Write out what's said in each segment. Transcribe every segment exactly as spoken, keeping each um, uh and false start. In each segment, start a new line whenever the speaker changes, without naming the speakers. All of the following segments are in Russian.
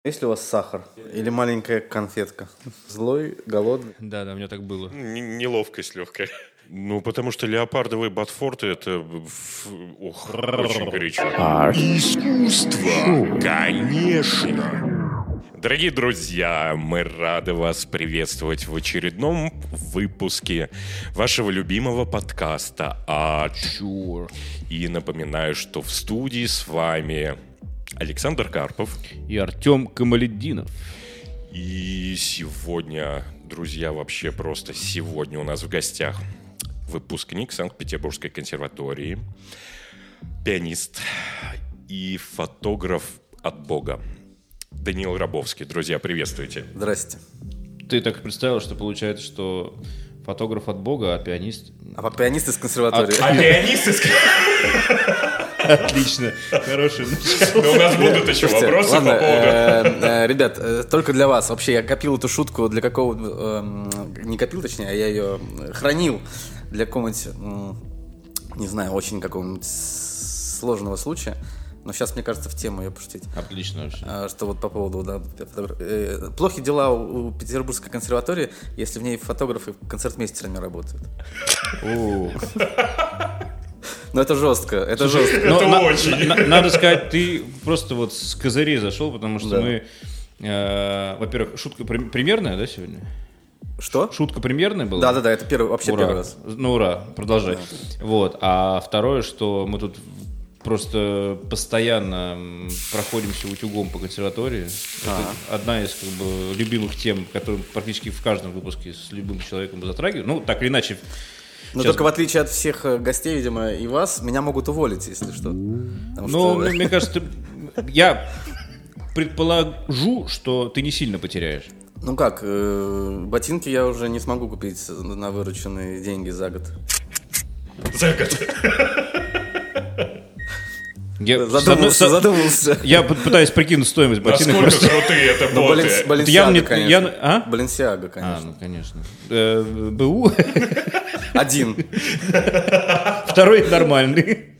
Есть ли у вас сахар? Или маленькая конфетка? Злой, голодный?
Да, да, у меня так было.
Н- неловкость легкая. Ну, потому что леопардовые ботфорты — это ох, очень горячо. Искусство, конечно. Дорогие друзья, мы рады вас приветствовать в очередном выпуске вашего любимого подкаста «Art».
Sure.
И напоминаю, что в студии с вами Александр Карпов
И Артем Камалетдинов.
И сегодня, друзья, вообще просто сегодня у нас в гостях выпускник Санкт-Петербургской консерватории, пианист и фотограф от Бога Даниил Рабовский. Друзья, приветствуйте.
Здрасте.
Ты так представил, что получается, что фотограф от Бога, а пианист...
А пианист из консерватории?
А пианист из...
Отлично. Хороший.
У нас будут еще вопросы по поводу...
Ребят, только для вас. Вообще, я копил эту шутку для какого... Не копил, точнее, а я ее хранил для какого-нибудь, не знаю, очень какого-нибудь сложного случая. Но сейчас, мне кажется, в тему ее пошутить.
Отлично вообще.
Что вот по поводу, да, фотограф... Плохи дела у Петербургской консерватории, если в ней фотографы концертмейстерами работают. Ну это жестко, это жестко.
Это
на,
очень.
На, на, надо сказать, ты просто вот с козырей зашел, потому что
да.
мы, э, во-первых, шутка при, примерная, да, сегодня?
Что?
Шутка примерная была?
Да-да-да, это первый, вообще
ура.
первый раз.
Ну ура, продолжай. Да. Вот. А второе, что мы тут просто постоянно проходимся утюгом по консерватории.
А-а.
Это одна из как бы любимых тем, которую практически в каждом выпуске с любым человеком мы затрагиваем. Ну, так или иначе.
Но
Сейчас...
только в отличие от всех гостей, видимо, и вас, меня могут уволить, если что.
Ну,
что...
мне кажется, я предположу, что ты не сильно потеряешь.
Ну как, э, ботинки я уже не смогу купить на вырученные деньги за год.
За год.
Я
задумался,
одной,
задумался.
Я пытаюсь прикинуть стоимость ботинок.
Насколько просто... крутые это
ну,
боты.
Баленсиага,
я,
конечно.
Я, а?
Баленсиага, конечно.
А, ну, конечно. Э, БУ.
Один.
Второй нормальный.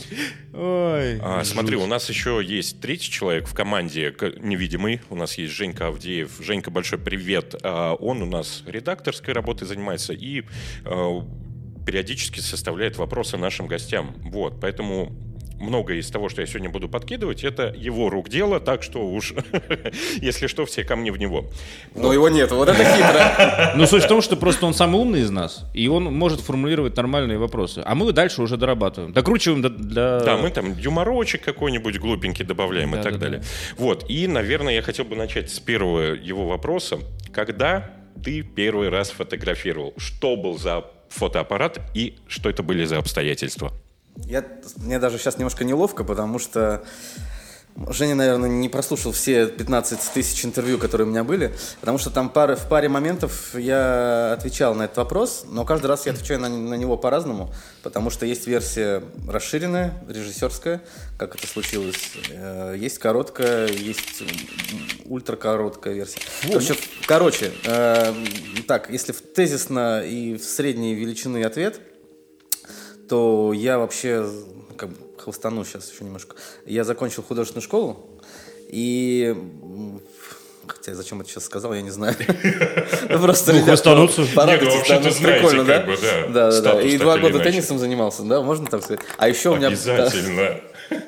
Ой.
А, смотри, у нас еще есть третий человек в команде, невидимый. У нас есть Женька Авдеев. Женька, большой привет. Он у нас редакторской работой занимается и периодически составляет вопросы нашим гостям. Вот, поэтому... Многое из того, что я сегодня буду подкидывать, это его рук дело, так что уж, если что, все камни в него.
Но вот. Его нет, вот это хитро.
Ну, суть в том, что просто он самый умный из нас, и он может формулировать нормальные вопросы. А мы дальше уже дорабатываем, докручиваем для...
Да, мы там юморочек какой-нибудь глупенький добавляем да, и так да, далее. Да. Вот, и, наверное, я хотел бы начать с первого его вопроса. Когда ты первый раз фотографировал? Что был за фотоаппарат и что это были за обстоятельства?
Я, мне даже сейчас немножко неловко, потому что Женя, наверное, не прослушал все пятнадцать тысяч интервью, которые у меня были, потому что там пары, в паре моментов я отвечал на этот вопрос, но каждый раз я отвечаю на, на него по-разному, потому что есть версия расширенная, режиссерская, как это случилось, есть короткая, есть ультракороткая версия. Короче, короче э, так, если в тезисно и в средней величины ответ, то я вообще, как бы, хвостану сейчас еще немножко. Я закончил художественную школу, и... Хотя, зачем это сейчас сказал, я не знаю. Просто, ребят, порадуйтесь, да, ну, прикольно, да? Да, да, да. И два года теннисом занимался, да, можно так сказать? А еще у меня...
Обязательно.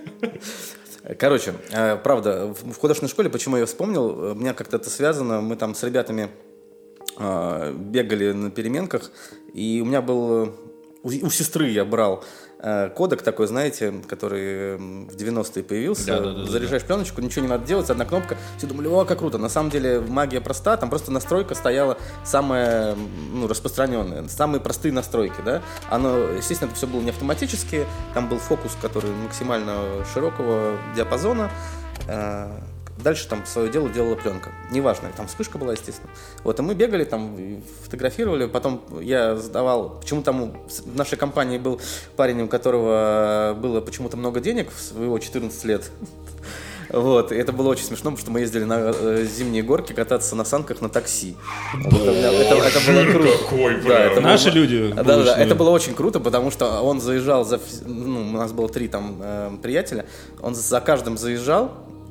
Короче, правда, в художественной школе, почему я вспомнил, у меня как-то это связано, мы там с ребятами бегали на переменках, и у меня был... У, у сестры я брал э, кодек такой, знаете, который в девяностые появился.
Да, да, да,
Заряжаешь
да.
пленочку, ничего не надо делать, одна кнопка. Все думали, о, как круто. На самом деле магия проста, там просто настройка стояла самая, ну, распространенная. Самые простые настройки, да. Оно, естественно, это все было не автоматически. Там был фокус, который максимально широкого диапазона. Э, Дальше там свое дело делала пленка. Неважно, там вспышка была, естественно. Вот, и мы бегали, там, фотографировали. Потом я сдавал... Почему там в нашей компании был парень, у которого было почему-то много денег в его четырнадцать лет. Вот, и это было очень смешно, потому что мы ездили на э, зимние горки кататься на санках на такси. Вот, это, это, это было круто.
Какой,
да, это
Наши
было,
люди.
Да, да, да, это было очень круто, потому что он заезжал за... Ну, у нас было три там э, приятеля. Он за каждым заезжал,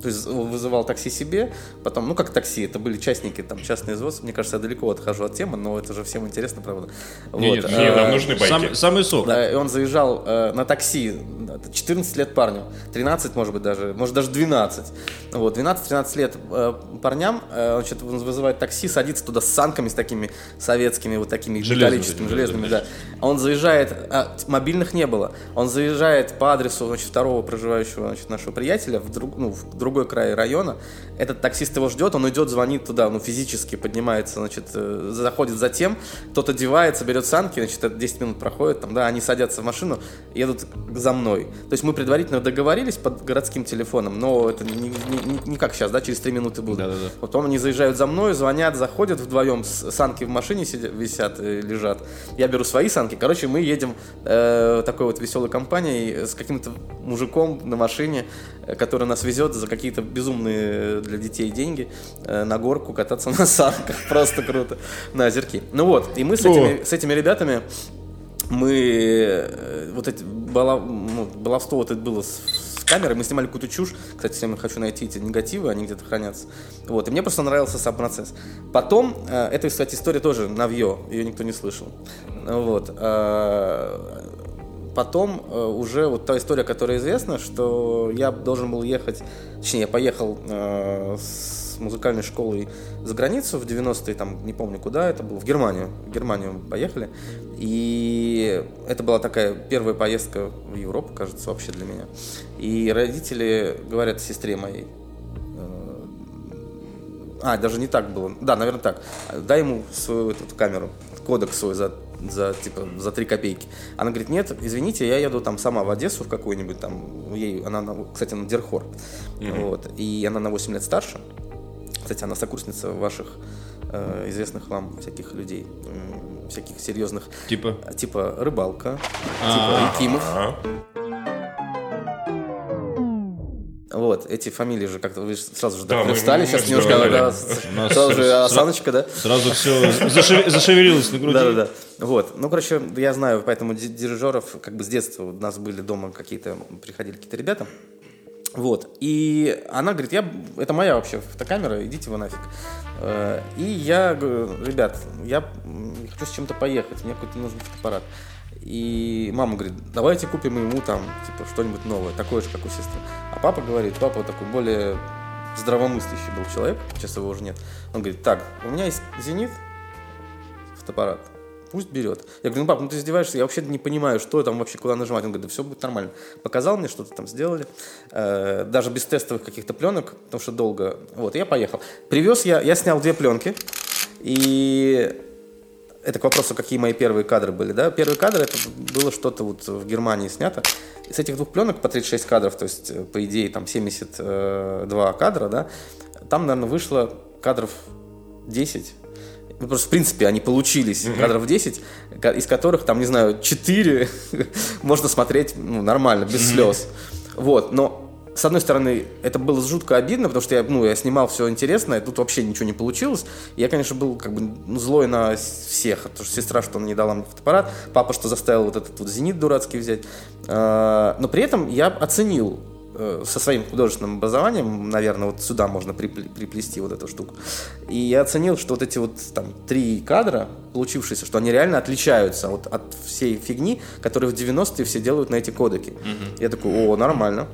То есть вызывал такси себе, потом, ну как такси, это были частники, там, частные извозчики. Мне кажется, я далеко отхожу от темы, но это же всем интересно, правда.
Нет,
вот.
нет,
а, нам нужны байки.
Сам, самый сок.
Да, и он заезжал э, на такси, четырнадцать лет парню, тринадцать, может быть, даже, может, даже двенадцать. Вот, двенадцать-тринадцать лет э, парням, э, он что-то вызывает такси, садится туда с санками, с такими советскими, вот такими
Железными,
металлическими,
железными,
железными, да. Он заезжает, а, мобильных не было, он заезжает по адресу, значит, второго проживающего, значит, нашего приятеля в, друг, ну, в другой край района. Этот таксист его ждет, он идет, звонит туда, ну, физически поднимается, значит, э, заходит за тем, тот одевается, берет санки, значит, десять минут проходит, там, да, они садятся в машину, едут за мной. То есть мы предварительно договорились под городским телефоном, но это не, не, не, не как сейчас, да, через три минуты будут.
Да-да-да.
Потом они заезжают за мной, звонят, заходят вдвоем, санки в машине сидят, висят, лежат. Я беру свои санки. Короче, мы едем э, такой вот веселой компанией с каким-то мужиком на машине, который нас везет за какие-то безумные для детей деньги э, на горку кататься на санках. Просто круто. На озерки. Ну вот, и мы с этими, с этими ребятами, мы вот эти бала, ну, баловство вот это было с, с камерой, мы снимали какую-то чушь. Кстати, всем хочу найти эти негативы, они где-то хранятся. Вот, и мне просто нравился сам процесс. Потом, э, эта, кстати, история тоже навье, ее никто не слышал. Вот. Э, Потом э, уже вот та история, которая известна, что я должен был ехать, точнее, я поехал э, с музыкальной школой за границу в девяностые, там, не помню куда это было, в Германию. В Германию мы поехали. И это была такая первая поездка в Европу, кажется, вообще для меня. И родители говорят сестре моей, э, а, даже не так было, да, наверное, так, дай ему свою эту камеру, кодек свой за за типа за три копейки. Она говорит: нет, извините, я еду там сама в Одессу в какую-нибудь там, ей, она, кстати, на Дерхор, mm-hmm. вот, и она на восемь лет старше. Кстати, она сокурсница ваших э, известных вам всяких людей, э, всяких серьезных.
Типа?
Типа Рыбалка,
А-а-а.
типа Якимов. Вот, эти фамилии же как-то вы сразу же
да,
да, встали, сейчас немножко да, сразу же осаночка, да?
Сразу все зашевелилось на груди.
Да-да-да. Вот, ну, короче, я знаю, поэтому дирижеров как бы с детства у нас были дома какие-то, приходили какие-то ребята. Вот, и она говорит: я, это моя вообще фотокамера, идите вы нафиг. И я говорю: ребят, я хочу с чем-то поехать, мне какой-то нужен фотоаппарат. И мама говорит: давайте купим ему там типа что-нибудь новое, такое же, как у сестры. А папа говорит, папа такой более здравомыслящий был человек, сейчас его уже нет. Он говорит: так, у меня есть «Зенит», фотоаппарат, пусть берет. Я говорю: ну, пап, ну ты издеваешься, я вообще не понимаю, что там вообще, куда нажимать. Он говорит: да все будет нормально. Показал мне, что-то там сделали, э, даже без тестовых каких-то пленок, потому что долго. Вот, и я поехал. Привез я, я снял две пленки, и... Это к вопросу, какие мои первые кадры были, да? Первые кадры, это было что-то вот в Германии снято. И с этих двух пленок по тридцать шесть кадров, то есть, по идее, там семьдесят два кадра, да? Там, наверное, вышло кадров десять. Ну, просто, в принципе, они получились, mm-hmm. кадров десять, из которых, там, не знаю, четыре можно смотреть, ну, нормально, без mm-hmm. слез. Вот, но... С одной стороны, это было жутко обидно, потому что я, ну, я снимал все интересное, тут вообще ничего не получилось. Я, конечно, был как бы ну, злой на всех, потому что сестра, что она не дала мне фотоаппарат, папа, что заставил вот этот вот «Зенит» дурацкий взять. Но при этом я оценил со своим художественным образованием, наверное, вот сюда можно приплести вот эту штуку. И я оценил, что вот эти вот там три кадра, получившиеся, что они реально отличаются вот от всей фигни, которые в девяностые все делают на эти кодеки. Mm-hmm. Я такой: о, нормально.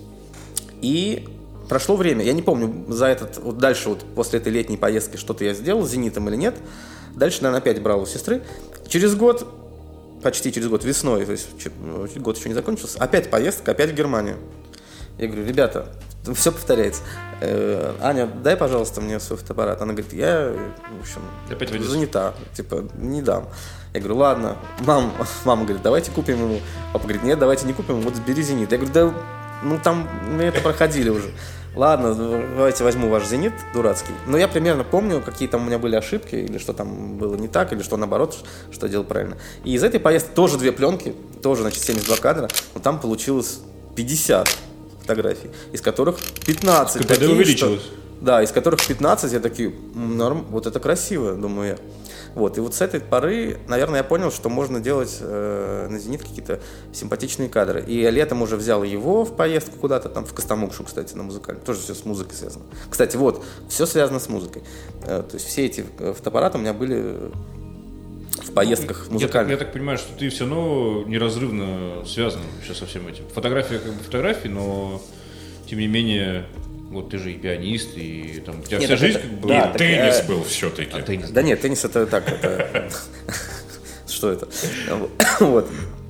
И прошло время, я не помню за этот, вот дальше вот после этой летней поездки что-то я сделал с «Зенитом» или нет. Дальше, наверное, опять брал у сестры. Через год, почти через год, весной, то есть год еще не закончился, опять поездка, опять в Германию. Я говорю: ребята, все повторяется. Э, Аня, дай, пожалуйста, мне свой фотоаппарат. Она говорит: я, в общем, занята, типа, не дам. Я говорю: ладно. Мам, мама говорит: давайте купим ему. Папа говорит: нет, давайте не купим, вот бери «Зенит». Я говорю: да... Ну, там мы это проходили уже. Ладно, давайте возьму ваш «Зенит» дурацкий. Но я примерно помню, какие там у меня были ошибки, или что там было не так, или что наоборот, что я делал правильно. И из этой поездки тоже две пленки, тоже, значит, семьдесят два кадра, но там получилось пятьдесят фотографий, из которых пятнадцать такие,
увеличилось.
Что, да, из которых пятнадцать я такие: норм, вот это красиво, думаю я. Вот. И вот с этой поры, наверное, я понял, что можно делать э, на «Зенит» какие-то симпатичные кадры. И я летом уже взял его в поездку куда-то, там в Костомукшу, кстати, на музыкальную. Тоже все с музыкой связано. Кстати, вот, все связано с музыкой. Э, то есть все эти фотоаппараты у меня были в поездках музыкальных.
Я, я так понимаю, что ты все равно неразрывно связан сейчас со всем этим. Фотография как бы фотографии, но тем не менее... Вот ты же и пианист, и там у тебя
нет,
вся жизнь
это,
как бы...
Да,
так,
теннис
э,
был все-таки.
А, теннис.
Да нет, теннис это так, это... Что это? Вот.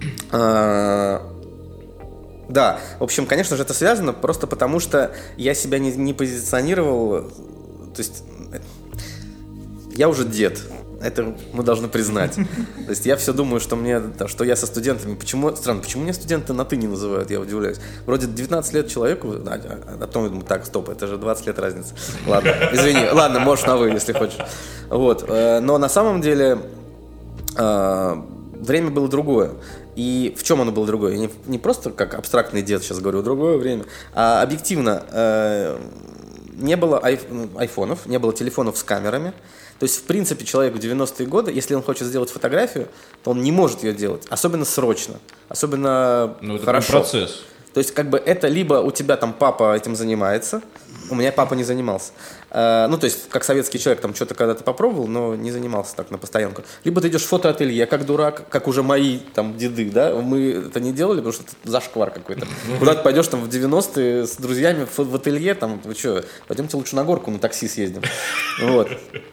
Да, в общем, конечно же, это связано просто потому, что я себя не, не позиционировал, то есть я уже дед. Это мы должны признать. То есть я все думаю, что мне, что я со студентами. Почему, странно, почему меня студенты на «ты» не называют, я удивляюсь. Вроде девятнадцать лет человеку, а, а потом я думаю, так, стоп, это же двадцать лет разница. Ладно, извини, ладно, можешь на «вы», если хочешь. Вот, но на самом деле время было другое. И в чем оно было другое? Я не, не просто как абстрактный дед сейчас говорю, другое время, а объективно не было айфонов, не было телефонов с камерами. То есть, в принципе, человек в девяностые годы, если он хочет сделать фотографию, то он не может ее делать, особенно срочно, особенно
ну, это
хорошо.
Процесс.
То есть, как бы это либо у тебя там папа этим занимается, у меня папа не занимался. Uh, ну, то есть, как советский человек, там что-то когда-то попробовал, но не занимался так на постоянку. Либо ты идешь в фотоателье, как дурак, как уже мои там деды, да, мы это не делали, потому что это зашквар какой-то. Куда ты пойдешь там в девяностые с друзьями в, в ателье, там, вы что, пойдемте лучше на горку на такси съездим. Вот.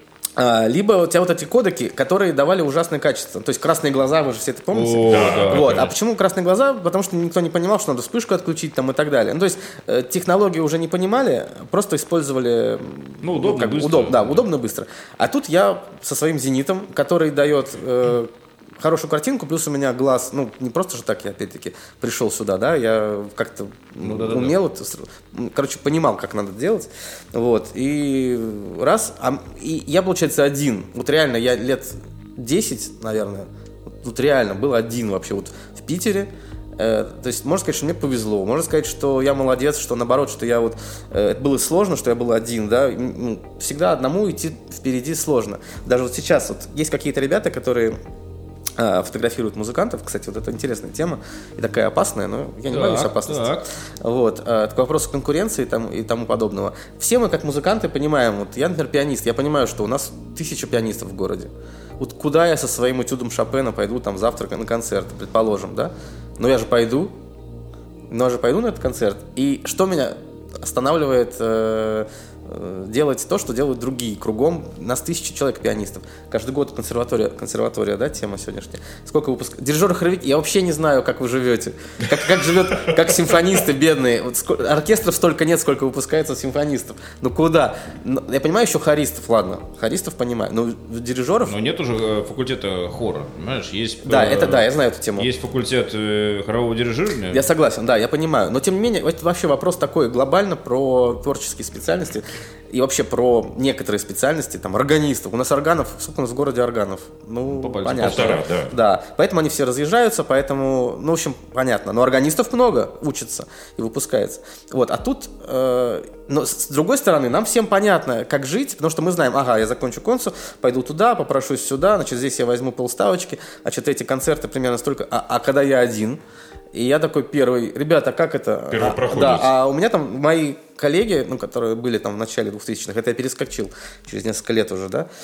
А, либо у тебя вот эти кодеки, которые давали ужасное качество. То есть красные глаза, вы же все это помните?
О, да,
вот.
да.
А почему красные глаза? Потому что никто не понимал, что надо вспышку отключить там, и так далее. Ну, то есть э, технологии уже не понимали, просто использовали...
Ну, удобно,
как,
быстро.
Удоб, да, удобно, быстро. А тут я со своим «Зенитом», который дает... Э, хорошую картинку, плюс у меня глаз, ну, не просто же так я, опять-таки, пришел сюда, да, я как-то ну, да, умел, да, да. короче, понимал, как надо делать, вот, и раз, а, и я, получается, один, вот реально, я лет десять, наверное, вот реально был один вообще вот в Питере, э, то есть, можно сказать, что мне повезло, можно сказать, что я молодец, что наоборот, что я вот, э, это было сложно, что я был один, да, ну, всегда одному идти впереди сложно, даже вот сейчас вот есть какие-то ребята, которые фотографируют музыкантов. Кстати, вот это интересная тема и такая опасная, но я не так, боюсь опасности. Так. Вот. А, к вопросу конкуренции там, и тому подобного. Все мы, как музыканты, понимаем, вот я, например, пианист, я понимаю, что у нас тысяча пианистов в городе. Вот куда я со своим этюдом Шопена пойду там завтра на концерт, предположим, да? Но я же пойду, но я же пойду на этот концерт. И что меня останавливает... Э- делать то, что делают другие. Кругом нас тысячи человек пианистов. Каждый год консерватория, консерватория, да, тема сегодняшняя. Сколько выпускают? Дирижеры, хоровики. Я вообще не знаю, как вы живете. Как, как живет, как симфонисты бедные. Вот сколько, оркестров столько нет, сколько выпускается симфонистов. Ну куда? Ну, я понимаю еще хористов, ладно. Хористов понимаю. Но дирижеров...
Но нет уже факультета хора, понимаешь? Есть,
да, это да, я знаю эту тему.
Есть факультет хорового дирижирования.
Я согласен, да, я понимаю. Но тем не менее, это вообще вопрос такой глобально про творческие специальности. И вообще про некоторые специальности, там, органистов. У нас органов, сколько у нас в городе органов? Ну, понятно.
Полтора, да.
Да, поэтому они все разъезжаются, поэтому, ну, в общем, понятно. Но органистов много учатся и выпускается. Вот, а тут, э, но с другой стороны, нам всем понятно, как жить, потому что мы знаем, ага, я закончу консу, пойду туда, попрошусь сюда, значит, здесь я возьму полставочки, значит, эти концерты примерно столько, а, а когда я один... И я такой первый, ребята, как это?
Первый
а,
проходит.
Да, а у меня там мои коллеги, ну, которые были там в начале двухтысячных, это я перескочил через несколько лет уже, да,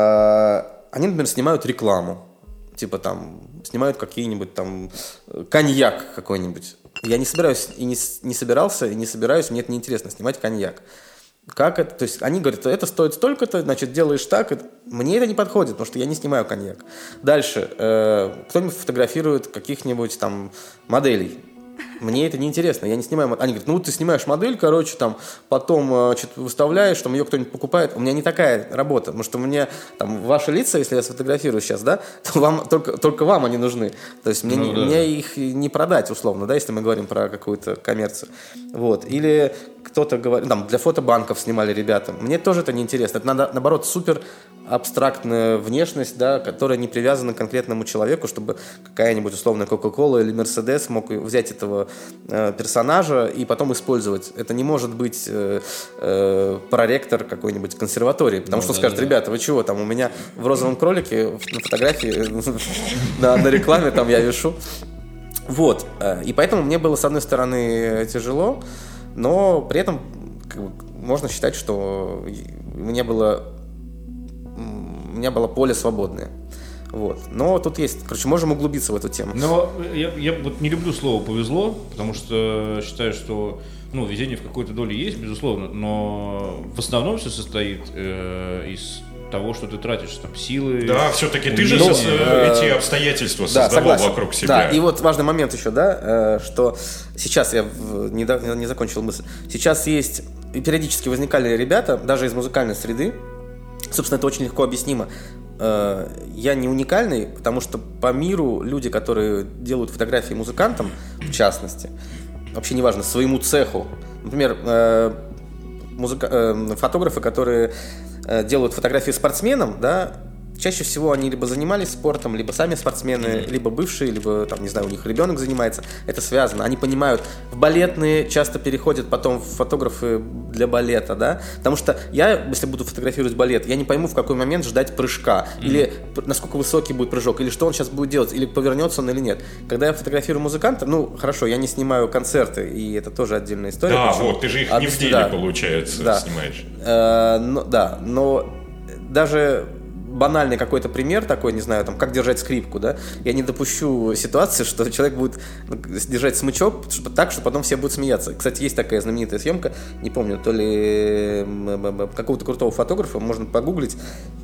а, они, например, снимают рекламу, типа там, снимают какие-нибудь там, коньяк какой-нибудь. Я не собираюсь, и не, не собирался, и не собираюсь, мне это неинтересно, снимать коньяк. Как это? То есть они говорят, это стоит столько-то, значит, делаешь так. Это... Мне это не подходит, потому что я не снимаю коньяк. Дальше. Э, кто-нибудь фотографирует каких-нибудь там моделей. Мне это неинтересно, я не снимаю модель. Они говорят, ну ты снимаешь модель, короче, там, потом значит, выставляешь, там ее кто-нибудь покупает. У меня не такая работа, потому что мне там ваши лица, если я сфотографирую сейчас, да, то вам, только, только вам они нужны. То есть мне, ну, да. мне их не продать, условно, да, если мы говорим про какую-то коммерцию. Вот. Или кто-то говорит, там, для фотобанков снимали ребята. Мне тоже это неинтересно. Это надо, наоборот, супер абстрактная внешность, да, которая не привязана к конкретному человеку, чтобы какая-нибудь условная Кока-Кола или Мерседес мог взять этого э, персонажа и потом использовать. Это не может быть э, э, проректор какой-нибудь консерватории, потому ну, что да, скажет, да. ребята, вы чего, там у меня в розовом кролике на фотографии, на рекламе там я вешу. Вот, и поэтому мне было, с одной стороны, тяжело, но при этом как бы, можно считать, что у меня было, у меня было поле свободное. Вот. Но тут есть, короче, можем углубиться в эту тему.
Но я, я вот не люблю слово «повезло», потому что считаю, что ну, везение в какой-то доле есть, безусловно, но в основном все состоит э, из того, что ты тратишь, там, силы.
Да, все-таки ты же ну, э, эти обстоятельства да, создавал согласен. Вокруг себя.
Да, и вот важный момент еще, да, что сейчас, я не, не закончил мысль, сейчас есть, и периодически возникали ребята, даже из музыкальной среды, собственно, это очень легко объяснимо. Я не уникальный, потому что по миру люди, которые делают фотографии музыкантам, в частности, вообще неважно, своему цеху, например, музыка... фотографы, которые делают фотографии спортсменам, да, чаще всего они либо занимались спортом, либо сами спортсмены, mm-hmm. либо бывшие, либо, там, не знаю, у них ребенок занимается. Это связано. Они понимают, в балетные часто переходят потом в фотографы для балета, да, потому что я, если буду фотографировать балет, я не пойму, в какой момент ждать прыжка, mm-hmm. или насколько высокий будет прыжок, или что он сейчас будет делать, или повернется он или нет. Когда я фотографирую музыканта, ну, хорошо, я не снимаю концерты, и это тоже отдельная история.
Да, почему? Вот, ты же их не в деле, да, получается, да. снимаешь.
Э, но, да, но даже банальный какой-то пример такой, не знаю, там, как держать скрипку, да, я не допущу ситуации, что человек будет держать смычок так, что потом все будут смеяться. Кстати, есть такая знаменитая съемка, не помню, то ли какого-то крутого фотографа, можно погуглить,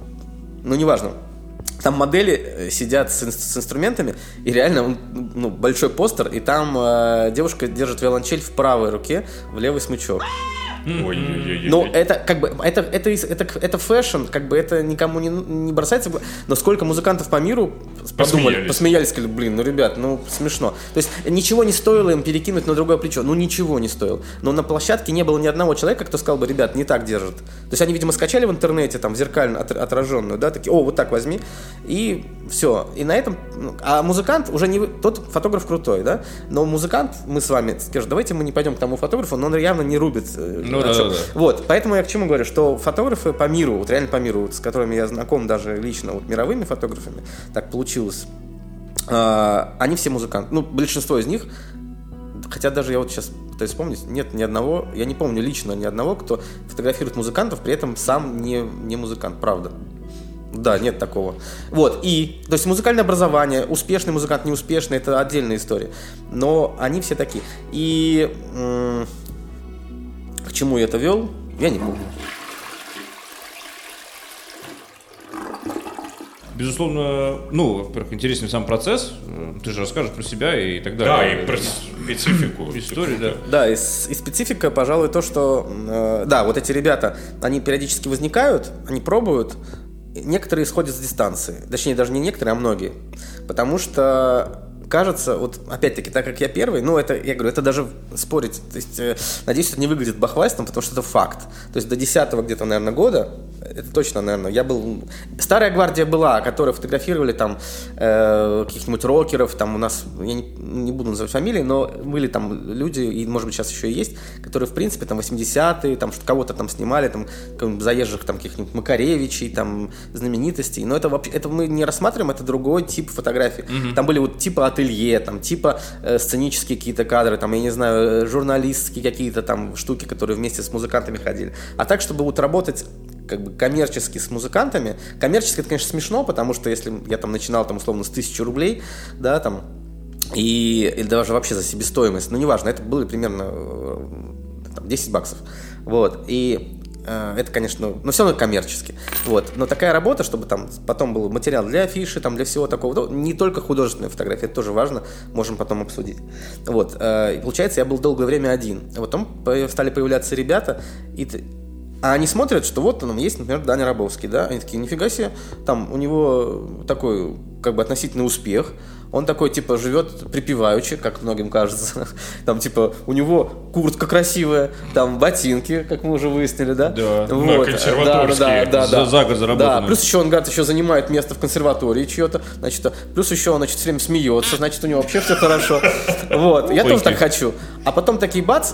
но неважно. Там модели сидят с, с инструментами, и реально ну, большой постер, и там э, девушка держит виолончель в правой руке, в левый смычок.
Ой-ой-ой.
Ну, это как бы, это, это, это, это фэшн, как бы это никому не, не бросается. Но сколько музыкантов по миру подумали, посмеялись. посмеялись, сказали, блин, ну, ребят, ну, смешно. То есть ничего не стоило им перекинуть на другое плечо, ну, ничего не стоило. Но на площадке не было ни одного человека, кто сказал бы, ребят, не так держат. То есть они, видимо, скачали в интернете, там, зеркально отраженную, да, такие, о, вот так возьми, и все. И на этом, а музыкант уже не, тот фотограф крутой, да, но музыкант, мы с вами скажем, давайте мы не пойдем к тому фотографу, но он явно не рубит.
Ну, да, да, да.
Вот, поэтому я к чему говорю, что фотографы по миру, вот реально по миру, вот, с которыми я знаком даже лично, вот мировыми фотографами, так получилось, э, они все музыканты, ну, большинство из них, хотя даже я вот сейчас пытаюсь вспомнить, нет ни одного, я не помню лично ни одного, кто фотографирует музыкантов, при этом сам не, не музыкант, правда. Да, нет такого. Вот, и, то есть музыкальное образование, успешный музыкант, неуспешный, это отдельная история, но они все такие. И... М- К чему я это вел, я не помню.
Безусловно, ну, во-первых, интересный сам процесс. Ты же расскажешь про себя и так далее.
Да, и про специфику.
Историю, да.
Да, и, и специфика, пожалуй, то, что... Э, да, вот эти ребята, они периодически возникают, они пробуют. Некоторые исходят с дистанции. Точнее, даже не некоторые, а многие. Потому что... Кажется, вот опять-таки, так как я первый, ну, это, я говорю, это даже спорить, то есть, э, надеюсь, это не выглядит бахвальством, потому что это факт. То есть до десятого где-то, наверное, года, это точно, наверное, я был... Старая гвардия была, которые фотографировали там э, каких-нибудь рокеров, там у нас, я не, не буду называть фамилии, но были там люди, и, может быть, сейчас еще и есть, которые, в принципе, там, восьмидесятые, там, кого-то там снимали, там, заезжих, там, каких-нибудь Макаревичей, там, знаменитостей, но это вообще, это мы не рассматриваем, это другой тип фотографий. Mm-hmm. Там были вот типа ателье, там, типа э, сценические какие-то кадры, там, я не знаю, журналистские какие-то там штуки, которые вместе с музыкантами ходили. А так, чтобы вот работать как бы коммерчески с музыкантами, коммерчески это, конечно, смешно, потому что если я там начинал, там, условно, с тысячи рублей, да, там, и, или даже вообще за себестоимость, ну, неважно, это было примерно там, десять баксов, вот, и это, конечно, но все равно коммерчески. Вот. Но такая работа, чтобы там потом был материал для афиши, там, для всего такого. Не только художественная фотография, это тоже важно, можем потом обсудить. Вот. И получается, я был долгое время один. А потом стали появляться ребята, и а они смотрят, что вот там есть, например, Даня Рабовский, да, они такие, нифига себе, там у него такой как бы относительный успех. Он такой, типа, живет припеваючи, как многим кажется. Там, типа, у него куртка красивая, там ботинки, как мы уже выяснили, да?
Да,
вот.
консерваторские.
Да, да, да,
за,
да.
за год заработанные.
Да, плюс еще он, говорит, еще занимает место в консерватории чье-то, значит, плюс еще он, значит, все время смеется, значит, у него вообще все хорошо. Вот, я тоже так хочу. А потом такие бац,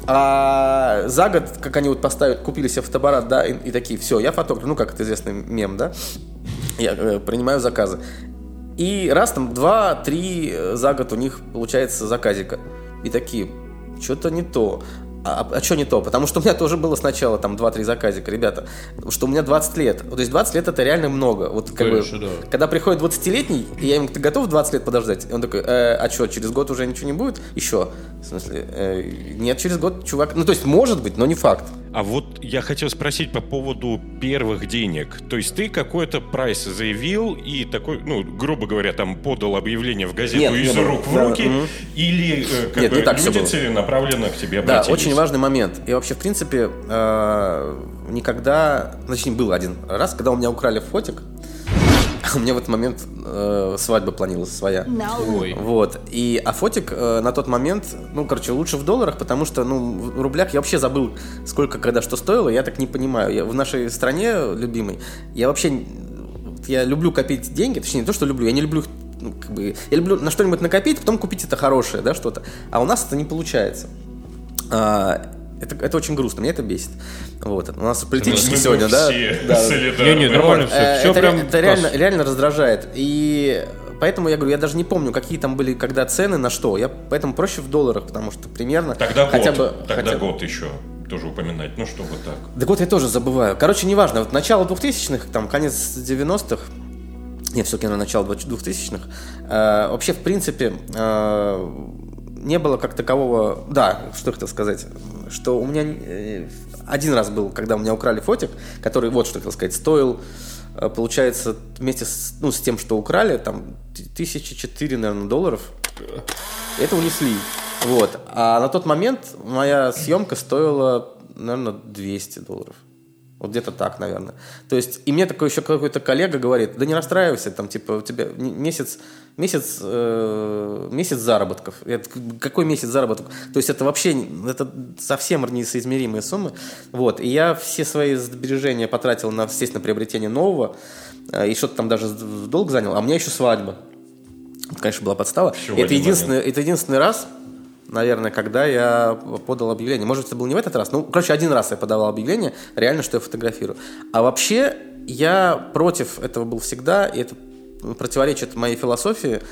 а за год, как они вот поставят, купили себе фотоаппарат, да, и, и такие, все, я фотограф, ну, как это известный мем, да, я э, принимаю заказы. И раз там два-три за год у них получается заказика. И такие, что-то не то. А, а что не то? Потому что у меня тоже было сначала там два-три заказика, ребята. Что у меня двадцать лет. То есть двадцать лет это реально много. Вот как
Конечно,
бы,
да.
когда приходит двадцатилетний, и я ему, ты готов двадцать лет подождать? И он такой, э, а что, через год уже ничего не будет? Еще. В смысле, э, нет, через год, чувак. Ну, то есть, может быть, но не факт.
А вот я хотел спросить по поводу первых денег. То есть ты какой-то прайс заявил и такой, ну, грубо говоря, там подал объявление в газету
Нет,
из
не
рук в
да,
руки,
угу.
или э, как
Нет,
бы
не так
люди
всё было.
целенаправленно к тебе обратились?
Да, очень важный момент. И вообще, в принципе, э, никогда... Значит, был один раз, когда у меня украли фотик. У меня в этот момент э, свадьба планировалась своя.
Ой.
Вот. И, а фотик э, на тот момент, ну, короче, лучше в долларах, потому что, ну, в рублях я вообще забыл, сколько, когда, что стоило, я так не понимаю. Я, в нашей стране любимой, я вообще, я люблю копить деньги, точнее, не то, что люблю, я не люблю их, ну, как бы, я люблю на что-нибудь накопить, потом купить это хорошее, да, что-то. А у нас это не получается. А, Это, это очень грустно, меня это бесит. Вот. У нас политически
мы,
сегодня,
мы
да?
Все
да.
солидарны.
Не, не, нормально
Вот.
все.
Э,
Все
это
прям
это реально, реально раздражает. И поэтому я говорю, я даже не помню, какие там были когда цены на что. Я поэтому проще в долларах, потому что примерно
Тогда
хотя
год,
бы,
тогда
хотя...
год еще тоже упоминать, ну чтобы так.
Да год я тоже забываю. Короче, неважно. Вот начало двухтысячных, там конец девяностых. Нет, все-таки на начало двухтысячных. Э, вообще, в принципе, э, не было как такового... Да, что я хотел сказать. Что у меня э, один раз был, когда у меня украли фотик, который, вот что я хотел сказать, стоил, э, получается, вместе с, ну, с тем, что украли, там, тысячи четыре, наверное, долларов. Это унесли. Вот. А на тот момент моя съемка стоила, наверное, двести долларов. Вот где-то так, наверное. То есть, и мне такой еще какой-то коллега говорит, да не расстраивайся, там, типа, у тебя месяц, месяц, э, месяц заработков. Я, какой месяц заработок? То есть, это вообще, это совсем несоизмеримые суммы. Вот, и я все свои сбережения потратил на, естественно, приобретение нового, э, и что-то там даже в долг занял, а у меня еще свадьба. Это, конечно, была подстава. Это единственный, это единственный раз, наверное, когда я подал объявление. Может, это был не в этот раз. Ну, короче, один раз я подавал объявление, реально, что я фотографирую. А вообще, я против этого был всегда, и это противоречит моей философии,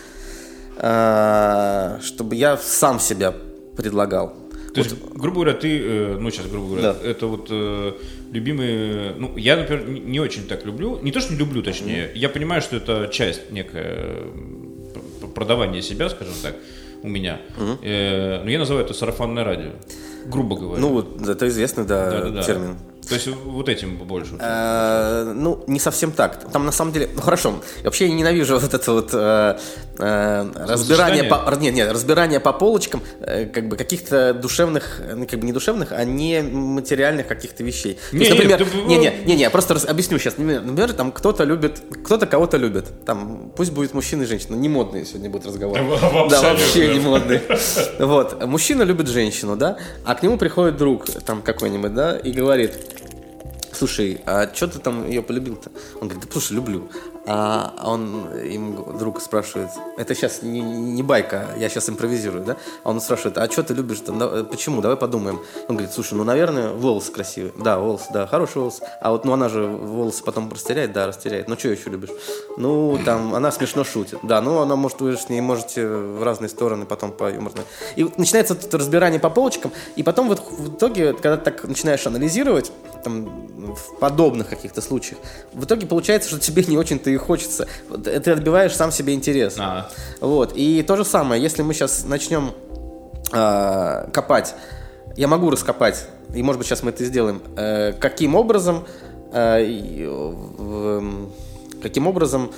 чтобы я сам себя предлагал.
То есть, вот. Грубо говоря, ты, ну, сейчас, грубо говоря, да. это вот э, любимые... Ну, я, например, не очень так люблю. Не то, что не люблю, точнее. Mm-hmm. Я понимаю, что это часть некая продавания себя, скажем так, у меня. Угу. Э, но я называю это сарафанное радио, грубо говоря.
Ну, это известный, да, да, да, термин.
То есть вот этим больше?
Э, ну, не совсем так. Там на самом деле... Ну, хорошо. Вообще я ненавижу вот это вот э, э, разбирание, по, нет, нет, разбирание по полочкам э, как бы каких-то душевных, как бы не душевных, а не материальных каких-то вещей.
Не,
есть, например,
нет, ты...
не, не, не, не, я просто раз, объясню сейчас. Например, там кто-то любит, кто-то кого-то любит. Там, пусть будет мужчина и женщина. Не модные сегодня будут разговоры. Да, вообще не модные. Вот. Мужчина любит женщину, да, а к нему приходит друг там какой-нибудь, да, и говорит... Слушай, а что ты там ее полюбил-то? Он говорит, да слушай, люблю. А он, ему друг спрашивает, это сейчас не, не байка, я сейчас импровизирую, да? А он спрашивает, а что ты любишь-то? Да, почему? Давай подумаем. Он говорит, слушай, ну, наверное, волосы красивые. Да, волосы, да, хороший волос. А вот, ну, она же волосы потом растеряет, да, растеряет. Ну, что еще любишь? Ну, там, она смешно шутит. Да, ну, она, может, вы с ней можете в разные стороны потом по юморной. И вот начинается вот это разбирание по полочкам, и потом вот в итоге, когда ты так начинаешь анализировать, там, в подобных каких-то случаях, в итоге получается, что тебе не очень-то и хочется. Ты отбиваешь сам себе интерес. А. Вот. И то же самое, если мы сейчас начнем э, копать, я могу раскопать, и может быть сейчас мы это сделаем, э, каким образом э, э, каким образом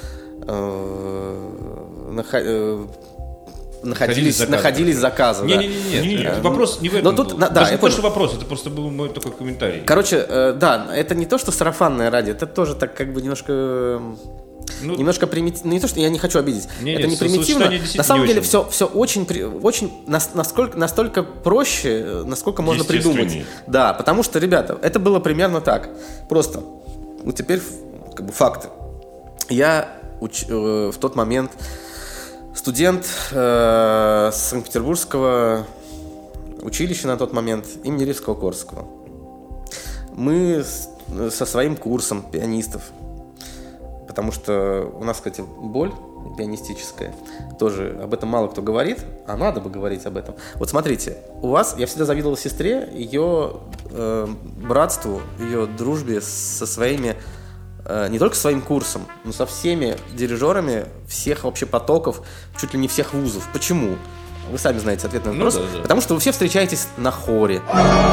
э, нах, э, находились заказы. Находились заказы
не, да. не, не, не, не. Вопрос не в этом.
Но тут,
был.
Да,
Даже
я
не то, что вопрос, это просто был мой такой комментарий.
Короче, э, да, это не то, что сарафанное радио, это тоже так как бы немножко
Ну,
немножко примитивно. Ну, не то, что я не хочу обидеть.
Не,
это
нет,
не примитивно. На самом деле все, все очень, очень насколько, настолько проще, насколько можно придумать. Да, потому что, ребята, это было примерно так. Просто, ну теперь как бы факты. Я уч, э, в тот момент студент э, Санкт-Петербургского училища на тот момент имени Ревского-Корского. Мы с, со своим курсом пианистов, потому что у нас, кстати, боль пианистическая, тоже об этом мало кто говорит, а надо бы говорить об этом. Вот смотрите, у вас, я всегда завидовал сестре, ее э, братству, ее дружбе со своими, э, не только своим курсом, но со всеми дирижерами всех вообще потоков, чуть ли не всех вузов. Почему? Вы сами знаете ответ на этот вопрос. Ну, да, да. Потому что вы все встречаетесь на хоре.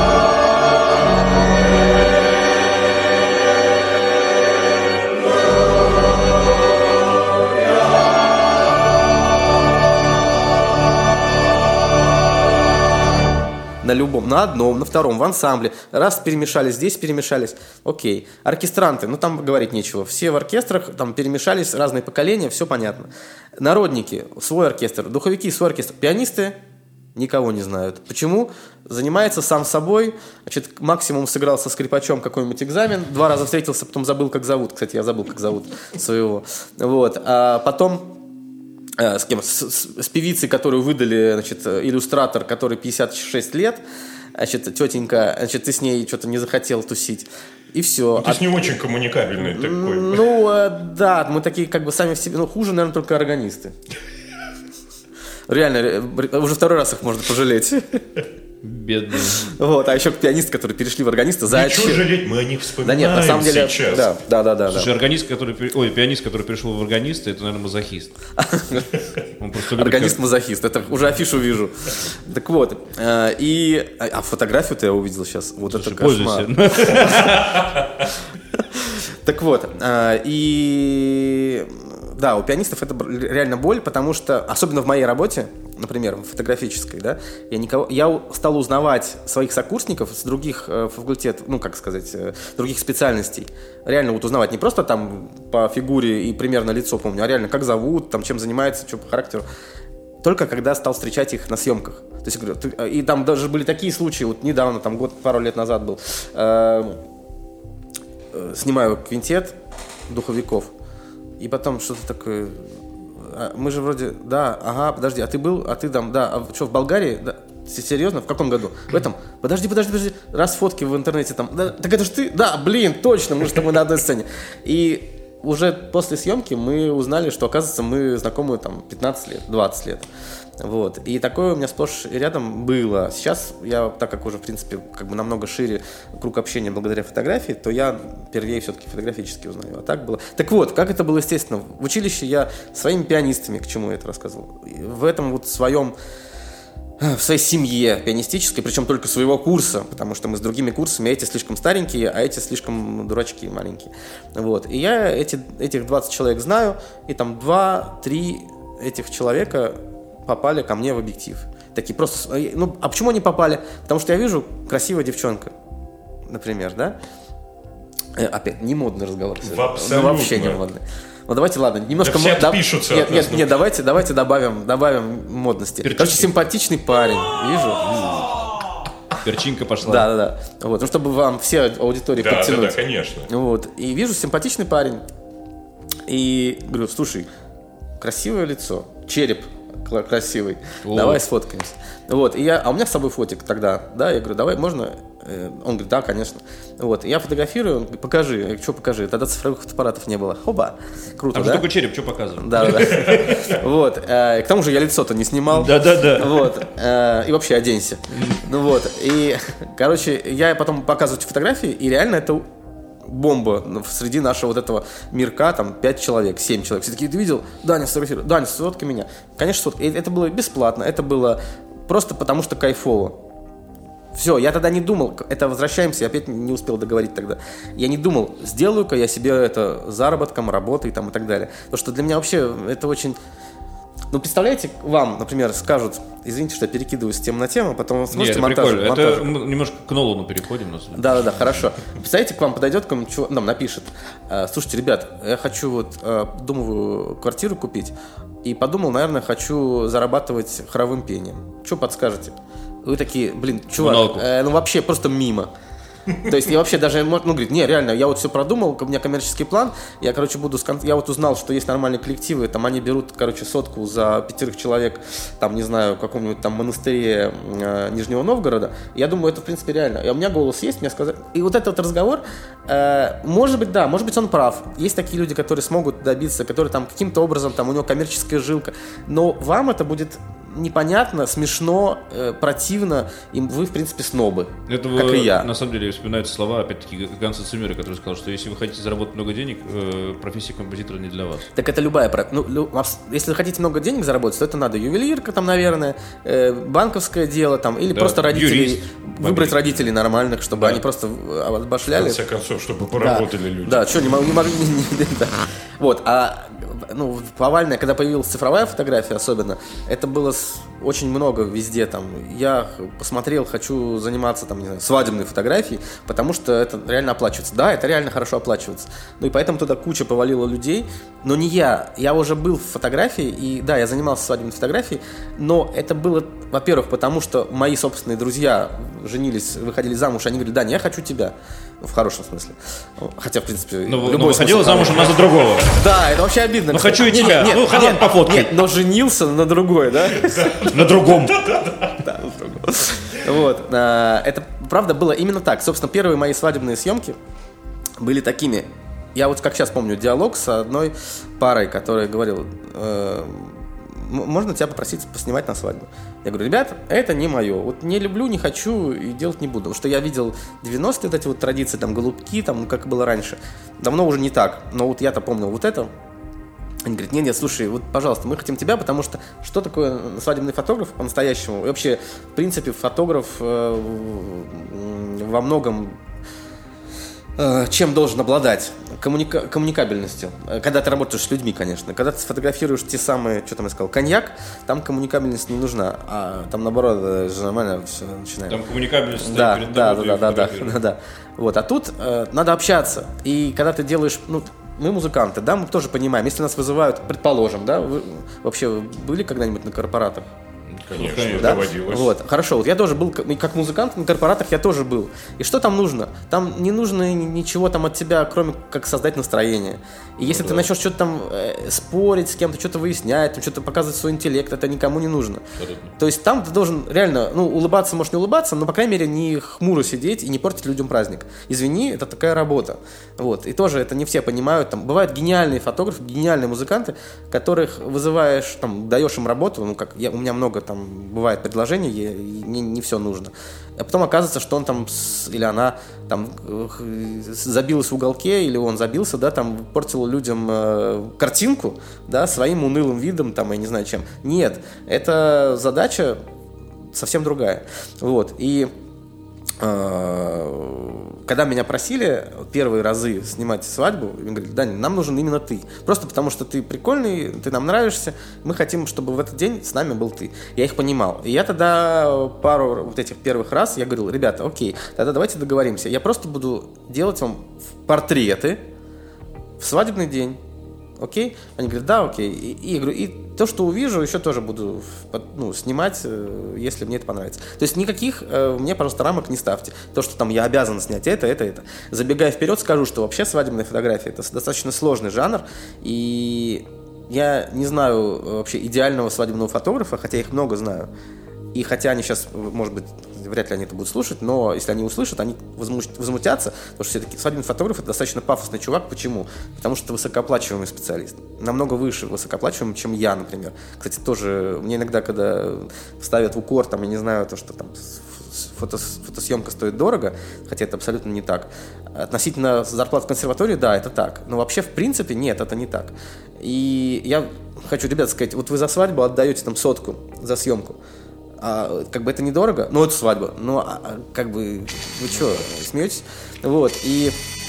На любом, на одном, на втором, в ансамбле. Раз перемешались, здесь перемешались. Окей. Оркестранты, ну там говорить нечего. Все в оркестрах, там перемешались, разные поколения, все понятно. Народники, свой оркестр. Духовики, свой оркестр. Пианисты никого не знают. Почему? Занимается сам собой. Значит, максимум сыграл со скрипачом какой-нибудь экзамен. Два раза встретился, потом забыл, как зовут. Кстати, я забыл, как зовут своего. Вот. А потом... С кем? С, с, с певицей, которую выдали, значит, иллюстратор, который пятьдесят шесть лет, значит, тетенька, значит, ты с ней что-то не захотел тусить. И все.
Ну, ты а... с ней очень коммуникабельный такой.
Ну, да, мы такие как бы сами в себе, ну, хуже, наверное, только органисты. Реально, уже второй раз их можно пожалеть.
Бедные.
Вот, а еще пианисты, которые перешли в органиста.
Зачем? Ничего жалеть, мы о них вспоминаем.
Да нет, на самом деле,
сейчас.
Да, да, да, да.
Слушай,
да.
органист, который, ой, пианист, который перешел в органиста, это, наверное, мазохист.
Органист-мазохист, это уже афишу вижу. Так вот, и... А фотографию-то я увидел сейчас. Вот это кошмар. Так вот, и... Да, у пианистов это реально боль, потому что, особенно в моей работе, например, фотографической, да, я, никого, я стал узнавать своих сокурсников с других э, факультетов, ну, как сказать, э, других специальностей. Реально вот узнавать не просто там по фигуре и примерно лицо помню, а реально как зовут, там, чем занимается, что по характеру. Только когда стал встречать их на съемках. То есть, говорю, ты, и там даже были такие случаи, вот недавно, там год, пару лет назад был, э, э, снимаю квинтет духовиков. И потом что-то такое... Мы же вроде... Да, ага, подожди, а ты был? А ты там... Да, а что, в Болгарии? Да. Серьезно? В каком году? В этом? Подожди, подожди, подожди. Раз фотки в интернете там... Да, так это же ты? Да, блин, точно, мы же с тобой на одной сцене. И уже после съемки мы узнали, что, оказывается, мы знакомы там пятнадцать лет, двадцать лет. Вот. И такое у меня сплошь и рядом было. Сейчас я, так как уже, в принципе, как бы намного шире круг общения благодаря фотографии, то я первее все-таки фотографически узнаю. А так было. Так вот, как это было естественно. В училище я своими пианистами, к чему я это рассказывал, в этом вот своем, в своей семье пианистической, причем только своего курса, потому что мы с другими курсами, эти слишком старенькие, а эти слишком дурачки маленькие. Вот. И я эти, этих двадцать человек знаю, и там два-три этих человека попали ко мне в объектив. Такие просто... Ну, а почему они попали? Потому что я вижу красивая девчонка, например, да? Э, опять, не модный разговор.
Абсолютно.
Ну, вообще не модный. Ну, давайте, ладно, немножко...
Да все
мод...
отпишутся
нет,
от
нет,
нас,
нет, давайте, давайте добавим, добавим модности.
Перчинки.
Короче, симпатичный парень, вижу.
Перчинка пошла.
Да, да, да. Вот, ну, чтобы вам все аудитории
да,
подтянуть.
Да, да, конечно.
Вот, и вижу симпатичный парень. И говорю, слушай, красивое лицо, череп красивый, О. давай сфоткаемся. Вот, и я, а у меня с собой фотик тогда, да, я говорю, давай, можно? Он говорит, да, конечно. Вот, и я фотографирую, он говорит, покажи. Я говорю, что покажи? Тогда цифровых фотоаппаратов не было. Хоба, круто,
Там
да?
же только череп, что показывает.
Да, да, да. Вот, к тому же я лицо-то не снимал.
Да, да, да.
Вот, и вообще оденься. Ну вот, и, короче, я потом показываю фотографии, и реально это бомба среди нашего вот этого мирка, там, пять человек, семь человек. Все такие, ты видел? Даня сфотографируй. Даня, сфоткай меня. Конечно, сфоткай. Это было бесплатно, это было просто потому, что кайфово. Все, я тогда не думал, это возвращаемся, я опять не успел договорить тогда. Я не думал, сделаю-ка я себе это заработком, работой там, и так далее. Потому что для меня вообще это очень... Ну, представляете, вам, например, скажут, извините, что я перекидываю с темы на тему, потом вы сможете
монтаж.
монтаж.
Это мы немножко к Нолану переходим.
Да-да-да, хорошо. Представляете, к вам подойдет какой-нибудь чувак, нам напишет: слушайте, ребят, я хочу вот, думаю, квартиру купить, и подумал, наверное, хочу зарабатывать хоровым пением. Что подскажете? Вы такие, блин, чувак, э, ну вообще просто мимо. То есть я вообще даже, ну, говорит, не, реально, я вот все продумал, у меня коммерческий план, я, короче, буду, я вот узнал, что есть нормальные коллективы, там они берут, короче, сотку за пятерых человек, там, не знаю, в каком-нибудь там монастыре э, Нижнего Новгорода, я думаю, это, в принципе, реально. И у меня голос есть, мне сказали, и вот этот вот разговор, э, может быть, да, может быть, он прав, есть такие люди, которые смогут добиться, которые там каким-то образом, там, у него коммерческая жилка, но вам это будет непонятно, смешно, э, противно, и вы, в принципе, снобы,
это
как
вы,
и я.
На самом деле, вспоминаются слова, опять-таки, Ганса Циммера, который сказал, что если вы хотите заработать много денег, э, профессия композитора не для вас.
Так это любая, ну, лю, если вы хотите много денег заработать, то это надо ювелирка, там, наверное, э, банковское дело, там, или да, просто родителей, юрист, выбрать родителей нормальных, чтобы да. они просто отбашляли.
В конце концов, чтобы поработали
да.
люди.
Да, что, не могли, не могли, да. Вот, а ну, повальная, когда появилась цифровая фотография особенно, это было очень много везде там. Я посмотрел, хочу заниматься там, не знаю, свадебной фотографией, потому что это реально оплачивается. Да, это реально хорошо оплачивается. Ну и поэтому туда куча повалила людей, но не я. Я уже был в фотографии, и да, я занимался свадебной фотографией, но это было, во-первых, потому что мои собственные друзья женились, выходили замуж, они говорили, Даня, я хочу тебя. В хорошем смысле. Хотя, в принципе,
ну, любой выходила замуж она за другого.
Да, это вообще обидно.
Ну, хочу и тебя.
Нет,
ну,
нет,
по фотке.
Нет, но женился на другой, да?
На другом.
Да, на другом. Вот. Это, правда, было именно так. Собственно, первые мои свадебные съемки были такими. Я вот как сейчас помню диалог с одной парой, которая говорила: можно тебя попросить поснимать на свадьбу? Я говорю, ребят, это не мое. Вот не люблю, не хочу и делать не буду. Потому что я видел девяностые вот эти вот традиции, там, голубки, там, как было раньше. Давно уже не так. Но вот я-то помнил вот это. Они говорят, нет, нет, слушай, вот, пожалуйста, мы хотим тебя, потому что что такое свадебный фотограф по-настоящему? И вообще, в принципе, фотограф э, во многом чем должен обладать? Коммуника- коммуникабельностью. Когда ты работаешь с людьми, конечно. Когда ты сфотографируешь те самые, что там я сказал, коньяк, там коммуникабельность не нужна. А там, наоборот, же нормально все начинает.
Там коммуникабельность стоит
да,
перед
да,
тобой,
да, да, да, да, да. Вот. А тут э, надо общаться. И когда ты делаешь... Ну, мы музыканты, да, мы тоже понимаем. Если нас вызывают, предположим, да, вы вообще были когда-нибудь на корпоратах?
Конечно,
да?
доводилось.
Вот, хорошо, вот я тоже был, как музыкант на корпоратах я тоже был. И что там нужно? Там не нужно ничего там от тебя, кроме как создать настроение. И если ну, ты да. начнешь что-то там э, спорить с кем-то, что-то выяснять, там, что-то показывать свой интеллект, это никому не нужно. Абсолютно. То есть там ты должен реально, ну, улыбаться, может, не улыбаться, но, по крайней мере, не хмуро сидеть и не портить людям праздник. Извини, это такая работа. Вот. И тоже это не все понимают. Там бывают гениальные фотографы, гениальные музыканты, которых вызываешь, там, даешь им работу, ну, как я, у меня много там бывает предложений, и не, не все нужно. А потом оказывается, что он там, или она там забилась в уголке, или он забился, да, там портил людям э, картинку, да, своим унылым видом, там, я не знаю чем. Нет, это задача совсем другая. Вот, и когда меня просили первые разы снимать свадьбу, мне говорили, Даня, нам нужен именно ты. Просто потому, что ты прикольный, ты нам нравишься, мы хотим, чтобы в этот день с нами был ты. Я их понимал. И я тогда пару вот этих первых раз, я говорил, ребята, окей, тогда давайте договоримся. Я просто буду делать вам портреты в свадебный день. Окей? Они говорят, да, окей. И, и я говорю, и то, что увижу, еще тоже буду ну, снимать, если мне это понравится. То есть никаких э, мне, пожалуйста, рамок не ставьте. То, что там я обязан снять это, это, это. Забегая вперед, скажу, что вообще свадебная фотография — это достаточно сложный жанр, и я не знаю вообще идеального свадебного фотографа, хотя их много знаю. И хотя они сейчас, может быть, вряд ли они это будут слушать, но если они услышат, они возмутятся, потому что все-таки свадебный фотограф — это достаточно пафосный чувак. Почему? Потому что это высокооплачиваемый специалист. Намного выше высокооплачиваемый, чем я, например. Кстати, тоже мне иногда, когда ставят в укор, там, я не знаю, то, что там фотос, фотосъемка стоит дорого, хотя это абсолютно не так. Относительно зарплат в консерватории, да, это так. Но вообще, в принципе, нет, это не так. И я хочу, ребят, сказать, вот вы за свадьбу отдаете там сотку за съемку. А, как бы это недорого, но это свадьба. Ну, а, как бы, вы что, смеетесь? Вот, и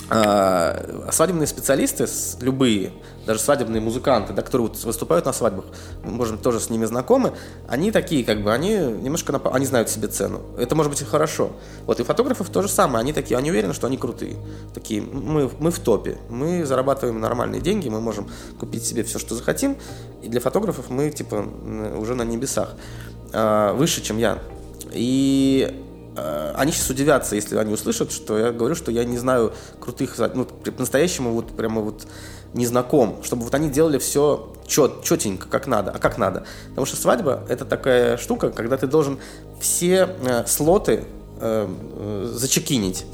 А свадебные специалисты, любые, даже свадебные музыканты, да, которые вот выступают на свадьбах, мы, можем тоже с ними знакомы, они такие, как бы, они немножко, нап... они знают себе цену. Это может быть и хорошо. Вот и фотографов то же самое, они такие, они уверены, что они крутые. Такие, мы, мы в топе, мы зарабатываем нормальные деньги, мы можем купить себе все, что захотим, и для фотографов мы, типа, уже на небесах, выше, чем я. И они сейчас удивятся, если они услышат, что я говорю, что я не знаю крутых, ну, по-настоящему вот прямо вот не знаком, чтобы вот они делали все чет, четенько, как надо. А как надо? Потому что свадьба — это такая штука, когда ты должен все э, слоты э, э, зачекинить.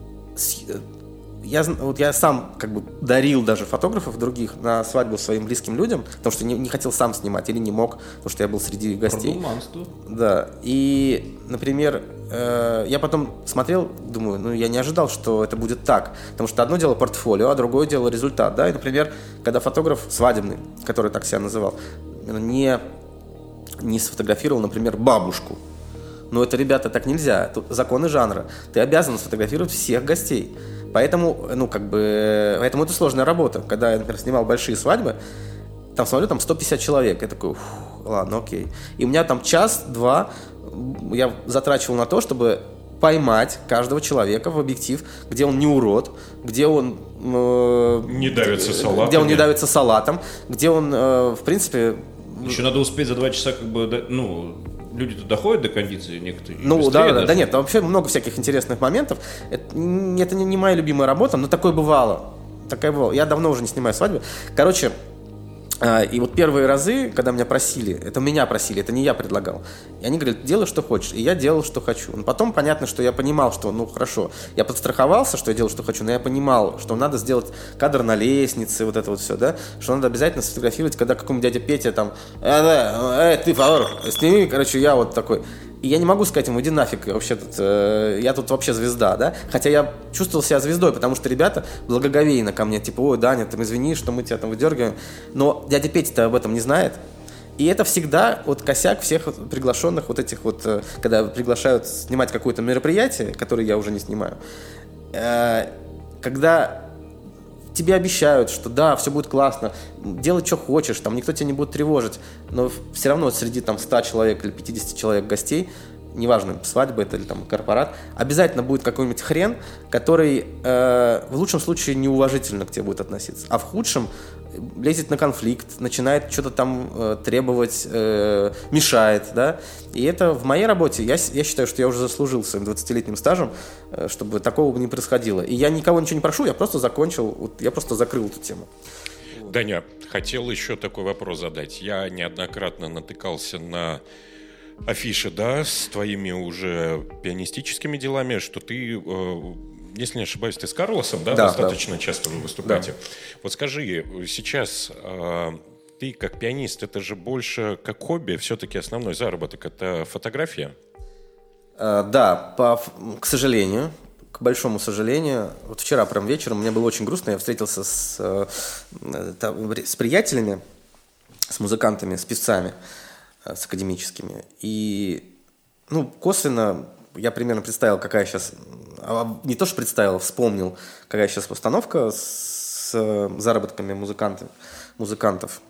Я, вот я сам как бы дарил даже фотографов других на свадьбу своим близким людям, потому что не, не хотел сам снимать или не мог, потому что я был среди гостей.
Продуманство.
Да. И, например, э, я потом смотрел, думаю, ну я не ожидал, что это будет так, потому что одно дело портфолио, а другое дело результат, да. И, например, когда фотограф свадебный, который так себя называл, не, не сфотографировал, например, бабушку. Но это, ребята, так нельзя. Тут законы жанра. Ты обязан сфотографировать всех гостей. Поэтому, ну, как бы, поэтому это сложная работа. Когда я, например, снимал большие свадьбы, там смотрю, там сто пятьдесят человек. Я такой, ладно, окей. И у меня там час-два я затрачивал на то, чтобы поймать каждого человека в объектив, где он не урод, где он э,
не давится салатом,
где он не давится салатом, где он, э, в принципе...
Еще надо успеть за два часа, как бы, ну... Люди-то доходят до кондиции некоторые.
Ну да, да, да, нет, там вообще много всяких интересных моментов. Это, это не, не моя любимая работа, но такое бывало. Такое бывало. Я давно уже не снимаю свадьбы. Короче, э, и вот первые разы, когда меня просили, это меня просили, это не я предлагал. И они говорят, делай, что хочешь. И я делал, что хочу. Но потом понятно, что я понимал, что, ну хорошо, я подстраховался, что я делал, что хочу, но я понимал, что надо сделать кадр на лестнице, вот это вот все, да, что надо обязательно сфотографировать, когда какой-нибудь дядя Петя там, э, да, э, ты, Фавор, сними, короче, я вот такой. И я не могу сказать ему, иди нафиг, вообще тут, э, я тут вообще звезда, да, хотя я чувствовал себя звездой, потому что ребята благоговейно ко мне, типа, ой, Даня, ты извини, что мы тебя там выдергиваем, но дядя Петя-то об этом не знает. И это всегда вот косяк всех приглашенных вот этих вот, когда приглашают снимать какое-то мероприятие, которое я уже не снимаю, когда тебе обещают, что да, все будет классно, делай, что хочешь, там никто тебя не будет тревожить, но все равно среди там ста человек или пятидесяти человек гостей, неважно, свадьба это или там корпорат, обязательно будет какой-нибудь хрен, который э, в лучшем случае неуважительно к тебе будет относиться, а в худшем лезет на конфликт, начинает что-то там э, требовать, э, мешает, да, и это в моей работе, я, я считаю, что я уже заслужил своим двадцатилетним стажем, э, чтобы такого не происходило, и я никого ничего не прошу, я просто закончил, вот, я просто закрыл эту тему.
Даня, хотел еще такой вопрос задать. Я неоднократно натыкался на афиши, да, с твоими уже пианистическими делами, что ты... Э, если не ошибаюсь, ты с Карлосом, да,
да
достаточно
да.
часто вы выступаете.
Да.
Вот скажи, сейчас э, ты как пианист, это же больше как хобби, все-таки основной заработок — это фотография?
Э, да, по, к сожалению, к большому сожалению. Вот вчера прям вечером мне было очень грустно, я встретился с, э, там, с приятелями, с музыкантами, с певцами, э, с академическими. И, ну, косвенно... Я примерно представил, какая сейчас... Не то, что представил, вспомнил, какая сейчас постановка с заработками музыкантов. музыкантов.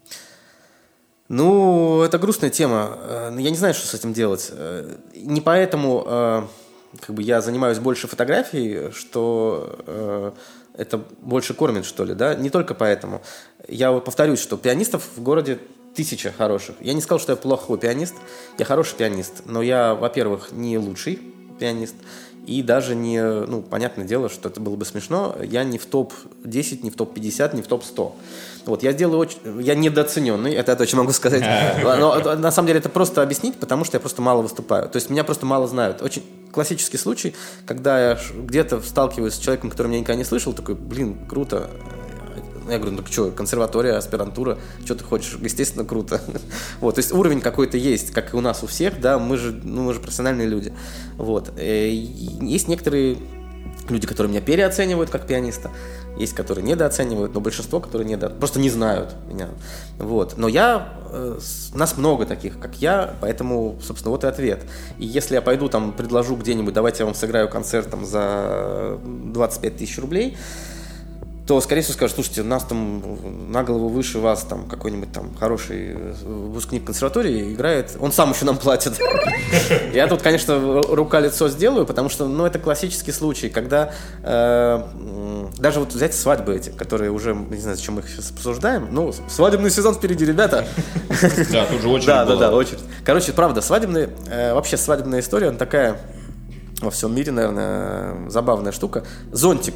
Ну, это грустная тема. Я не знаю, что с этим делать. Не поэтому как бы, я занимаюсь больше фотографией, что это больше кормит, что ли, да? Не только поэтому. Я повторюсь, что пианистов в городе тысяча хороших. Я не сказал, что я плохой пианист. Я хороший пианист. Но я, во-первых, не лучший пианист. И даже не... Ну, понятное дело, что это было бы смешно. Я не в топ десять, не в топ пятьдесят, не в топ сто. Вот, я сделаю очень... Я недооцененный, это я точно могу сказать. Но на самом деле это просто объяснить, потому что я просто мало выступаю. То есть меня просто мало знают. Очень классический случай, когда я где-то сталкиваюсь с человеком, который меня никогда не слышал, такой, блин, круто. Я говорю, ну что, консерватория, аспирантура, что ты хочешь? Естественно, круто. Вот, то есть уровень какой-то есть, как и у нас у всех, да, мы же, ну, мы же профессиональные люди. Вот. Есть некоторые люди, которые меня переоценивают как пианиста, есть, которые недооценивают, но большинство, которые недо... просто не знают меня. Вот. Но я, э, нас много таких, как я, поэтому, собственно, вот и ответ. И если я пойду там, предложу где-нибудь, давайте я вам сыграю концерт там, за двадцать пять тысяч рублей, то, скорее всего, скажут, слушайте, у нас там на голову выше вас там какой-нибудь там хороший выпускник консерватории играет, он сам еще нам платит. Я тут, конечно, рука-лицо сделаю, потому что, ну, это классический случай, когда э, даже вот взять свадьбы эти, которые уже, не знаю, зачем мы их сейчас обсуждаем, ну, свадебный сезон впереди, ребята.
Да, тут же очередь
Да,
была.
да, да, очередь. Короче, правда, свадебные, э, вообще свадебная история, она такая во всем мире, наверное, забавная штука. Зонтик.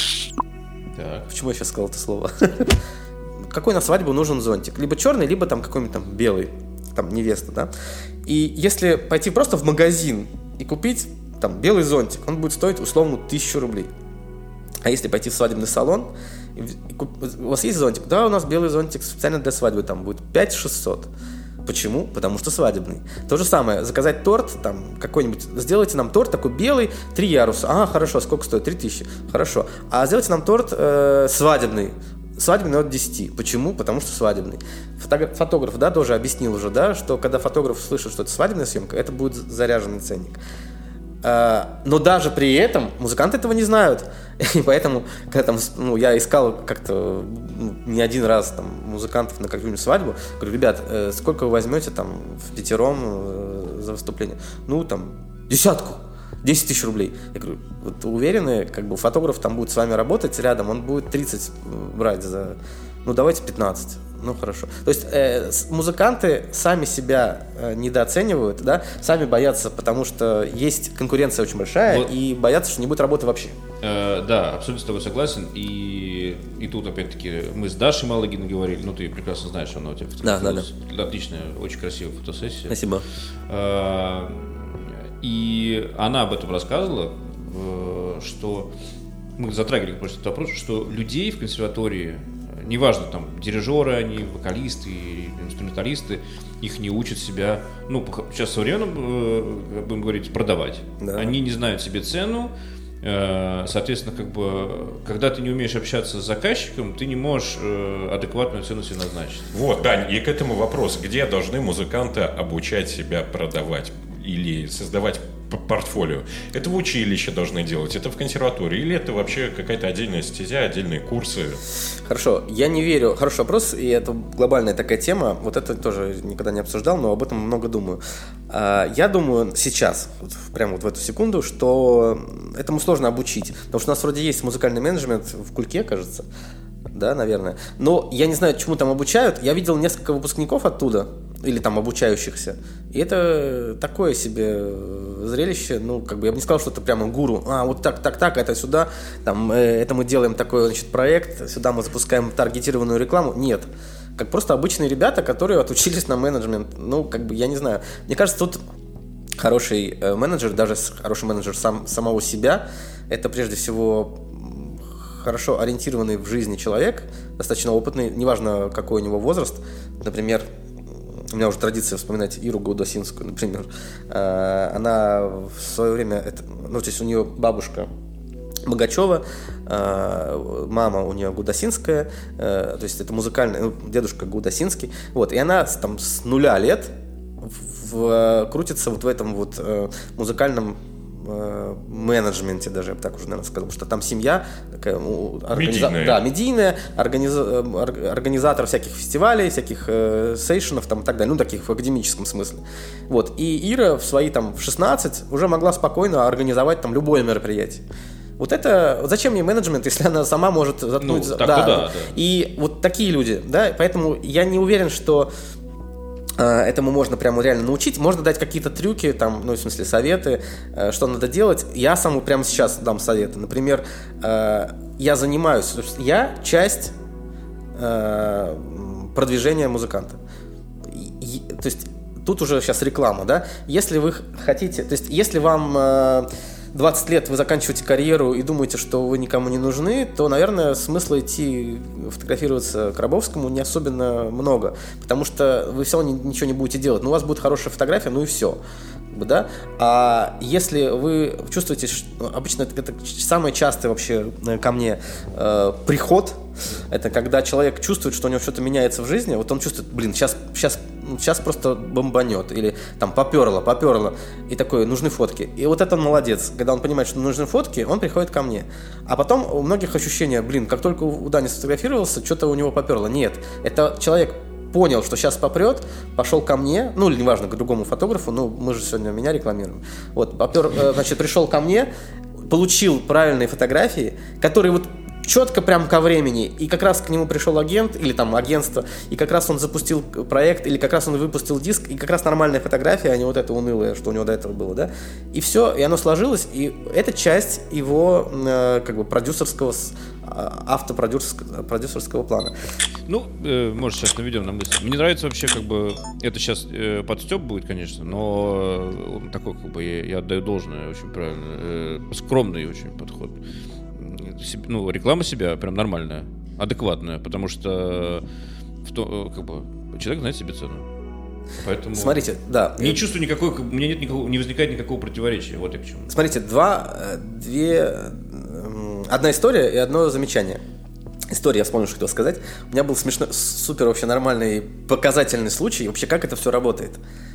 Так.
Почему я сейчас сказал это слово? Какой на свадьбу нужен зонтик? Либо черный, либо там какой-нибудь там белый, там невеста, да? И если пойти просто в магазин и купить там белый зонтик, он будет стоить условно тысячу рублей. А если пойти в свадебный салон, и, и куп... у вас есть зонтик? Да, у нас белый зонтик специально для свадьбы, там будет пять тысяч шестьсот. Почему? Потому что свадебный. То же самое, заказать торт, там, какой-нибудь, сделайте нам торт такой белый, три яруса. А, хорошо, сколько стоит? три тысячи. Хорошо. А сделайте нам торт э, свадебный. Свадебный от десяти. Почему? Потому что свадебный. Фотограф, фотограф, да, тоже объяснил уже, да, что когда фотограф слышит, что это свадебная съемка, это будет заряженный ценник. Но даже при этом музыканты этого не знают. И поэтому, когда там, ну, я искал как-то ну, не один раз там, музыкантов на какую-нибудь свадьбу, говорю, ребят, э, сколько вы возьмете там в пятером э, за выступление? Ну, там, десятку, десять тысяч рублей. Я говорю, вот уверены, как бы фотограф там будет с вами работать рядом, он будет тридцать брать за... Ну, давайте пятнадцать. Ну, хорошо. То есть э, музыканты сами себя э, недооценивают, да, сами боятся, потому что есть конкуренция очень большая, вот. И боятся, что не будет работы вообще.
Э, да, абсолютно с тобой согласен. И, и тут, опять-таки, мы с Дашей Малыгиной говорили, ну, ты прекрасно знаешь, она у тебя
да, да, да.
Отличная, очень красивая фотосессия.
Спасибо.
Э, и она об этом рассказывала, э, что мы затрагивали просто этот вопрос, что людей в консерватории, неважно, там, дирижеры они, вокалисты, инструменталисты, их не учат себя, ну, сейчас современно, э, будем говорить, продавать. Да. Они не знают себе цену, э, соответственно, как бы, когда ты не умеешь общаться с заказчиком, ты не можешь э, адекватную цену себе назначить.
Вот, Дань, и к этому вопрос, где должны музыканты обучать себя продавать или создавать портфолио? Это в училище должны делать, это в консерватории, или это вообще какая-то отдельная стезя, отдельные курсы?
Хорошо, я не верю. Хороший вопрос, и это глобальная такая тема. Вот это тоже никогда не обсуждал, но об этом много думаю. Я думаю сейчас, вот прямо вот в эту секунду, что этому сложно обучить, потому что у нас вроде есть музыкальный менеджмент в Кульке, кажется, да, наверное. Но я не знаю, чему там обучают. Я видел несколько выпускников оттуда, или там обучающихся. И это такое себе зрелище, ну, как бы я бы не сказал, что это прямо гуру. А, вот так, так, так, это сюда, там, э, это мы делаем такой, значит, проект, сюда мы запускаем таргетированную рекламу. Нет. Как просто обычные ребята, которые отучились на менеджмент. Ну, как бы, я не знаю. Мне кажется, тут хороший э, менеджер, даже хороший менеджер сам, самого себя, это прежде всего хорошо ориентированный в жизни человек, достаточно опытный, неважно, какой у него возраст. Например, у меня уже традиция вспоминать Иру Гудасинскую, например. Она в свое время, это, ну, то есть у нее бабушка Богачева, мама у нее Гудасинская, то есть это музыкальный, ну, дедушка Гудасинский, вот, и она там с нуля лет в, в, крутится вот в этом вот музыкальном менеджменте, даже я бы так уже, наверное, сказал, потому что там семья такая организа... медийная, да, медийная организа... организатор всяких фестивалей, всяких э, сейшенов там, и так далее, ну, таких в академическом смысле. Вот. И Ира в свои там в шестнадцать уже могла спокойно организовать там любое мероприятие. Вот это, вот зачем ей менеджмент, если она сама может заткнуть?
Ну,
да,
да, да.
И вот такие люди, да, поэтому я не уверен, что этому можно прямо реально научить. Можно дать какие-то трюки, там, ну, в смысле, советы, что надо делать. Я сам прямо сейчас дам советы. Например, я занимаюсь, я часть продвижения музыканта. То есть тут уже сейчас реклама, да? Если вы хотите, то есть если вам двадцать лет вы заканчиваете карьеру и думаете, что вы никому не нужны, то, наверное, смысла идти фотографироваться к Рабовскому не особенно много, потому что вы все равно ничего не будете делать. Ну, у вас будет хорошая фотография, ну и все. Да? А если вы чувствуете, что обычно это, это самый частый вообще ко мне э, приход, это когда человек чувствует, что у него что-то меняется в жизни, вот он чувствует, блин, сейчас, сейчас, сейчас просто бомбанет, или там поперло, поперло, и такое, нужны фотки. И вот это он молодец, когда он понимает, что нужны фотки, он приходит ко мне. А потом у многих ощущение, блин, как только у Дани сфотографировался, что-то у него поперло. Нет, это человек понял, что сейчас попрет, пошел ко мне, ну, или неважно, к другому фотографу, ну, мы же сегодня меня рекламируем. Вот, попер, значит, пришел ко мне, получил правильные фотографии, которые вот четко прям ко времени, и как раз к нему пришел агент, или там агентство, и как раз он запустил проект, или как раз он выпустил диск, и как раз нормальная фотография, а не вот это унылое, что у него до этого было, да, и все, и оно сложилось, и это часть его, э, как бы, продюсерского, автопродюсерского продюсерского плана.
Ну, э, может, сейчас наведем на мысль. Мне нравится вообще, как бы, это сейчас э, подстёб будет, конечно, но он такой, как бы, я, я отдаю должное, очень правильно, э, скромный очень подход. Ну, реклама себя прям нормальная, адекватная, потому что в то, как бы, человек знает себе цену. Поэтому
смотрите, да.
Не чувствую никакой, у меня нет никакого, не возникает никакого противоречия. Вот я к чему.
Смотрите, два, две, одна история и одно замечание. История, я вспомнил, что хотел сказать. У меня был смешной, супер вообще нормальный, показательный случай, вообще как это все работает.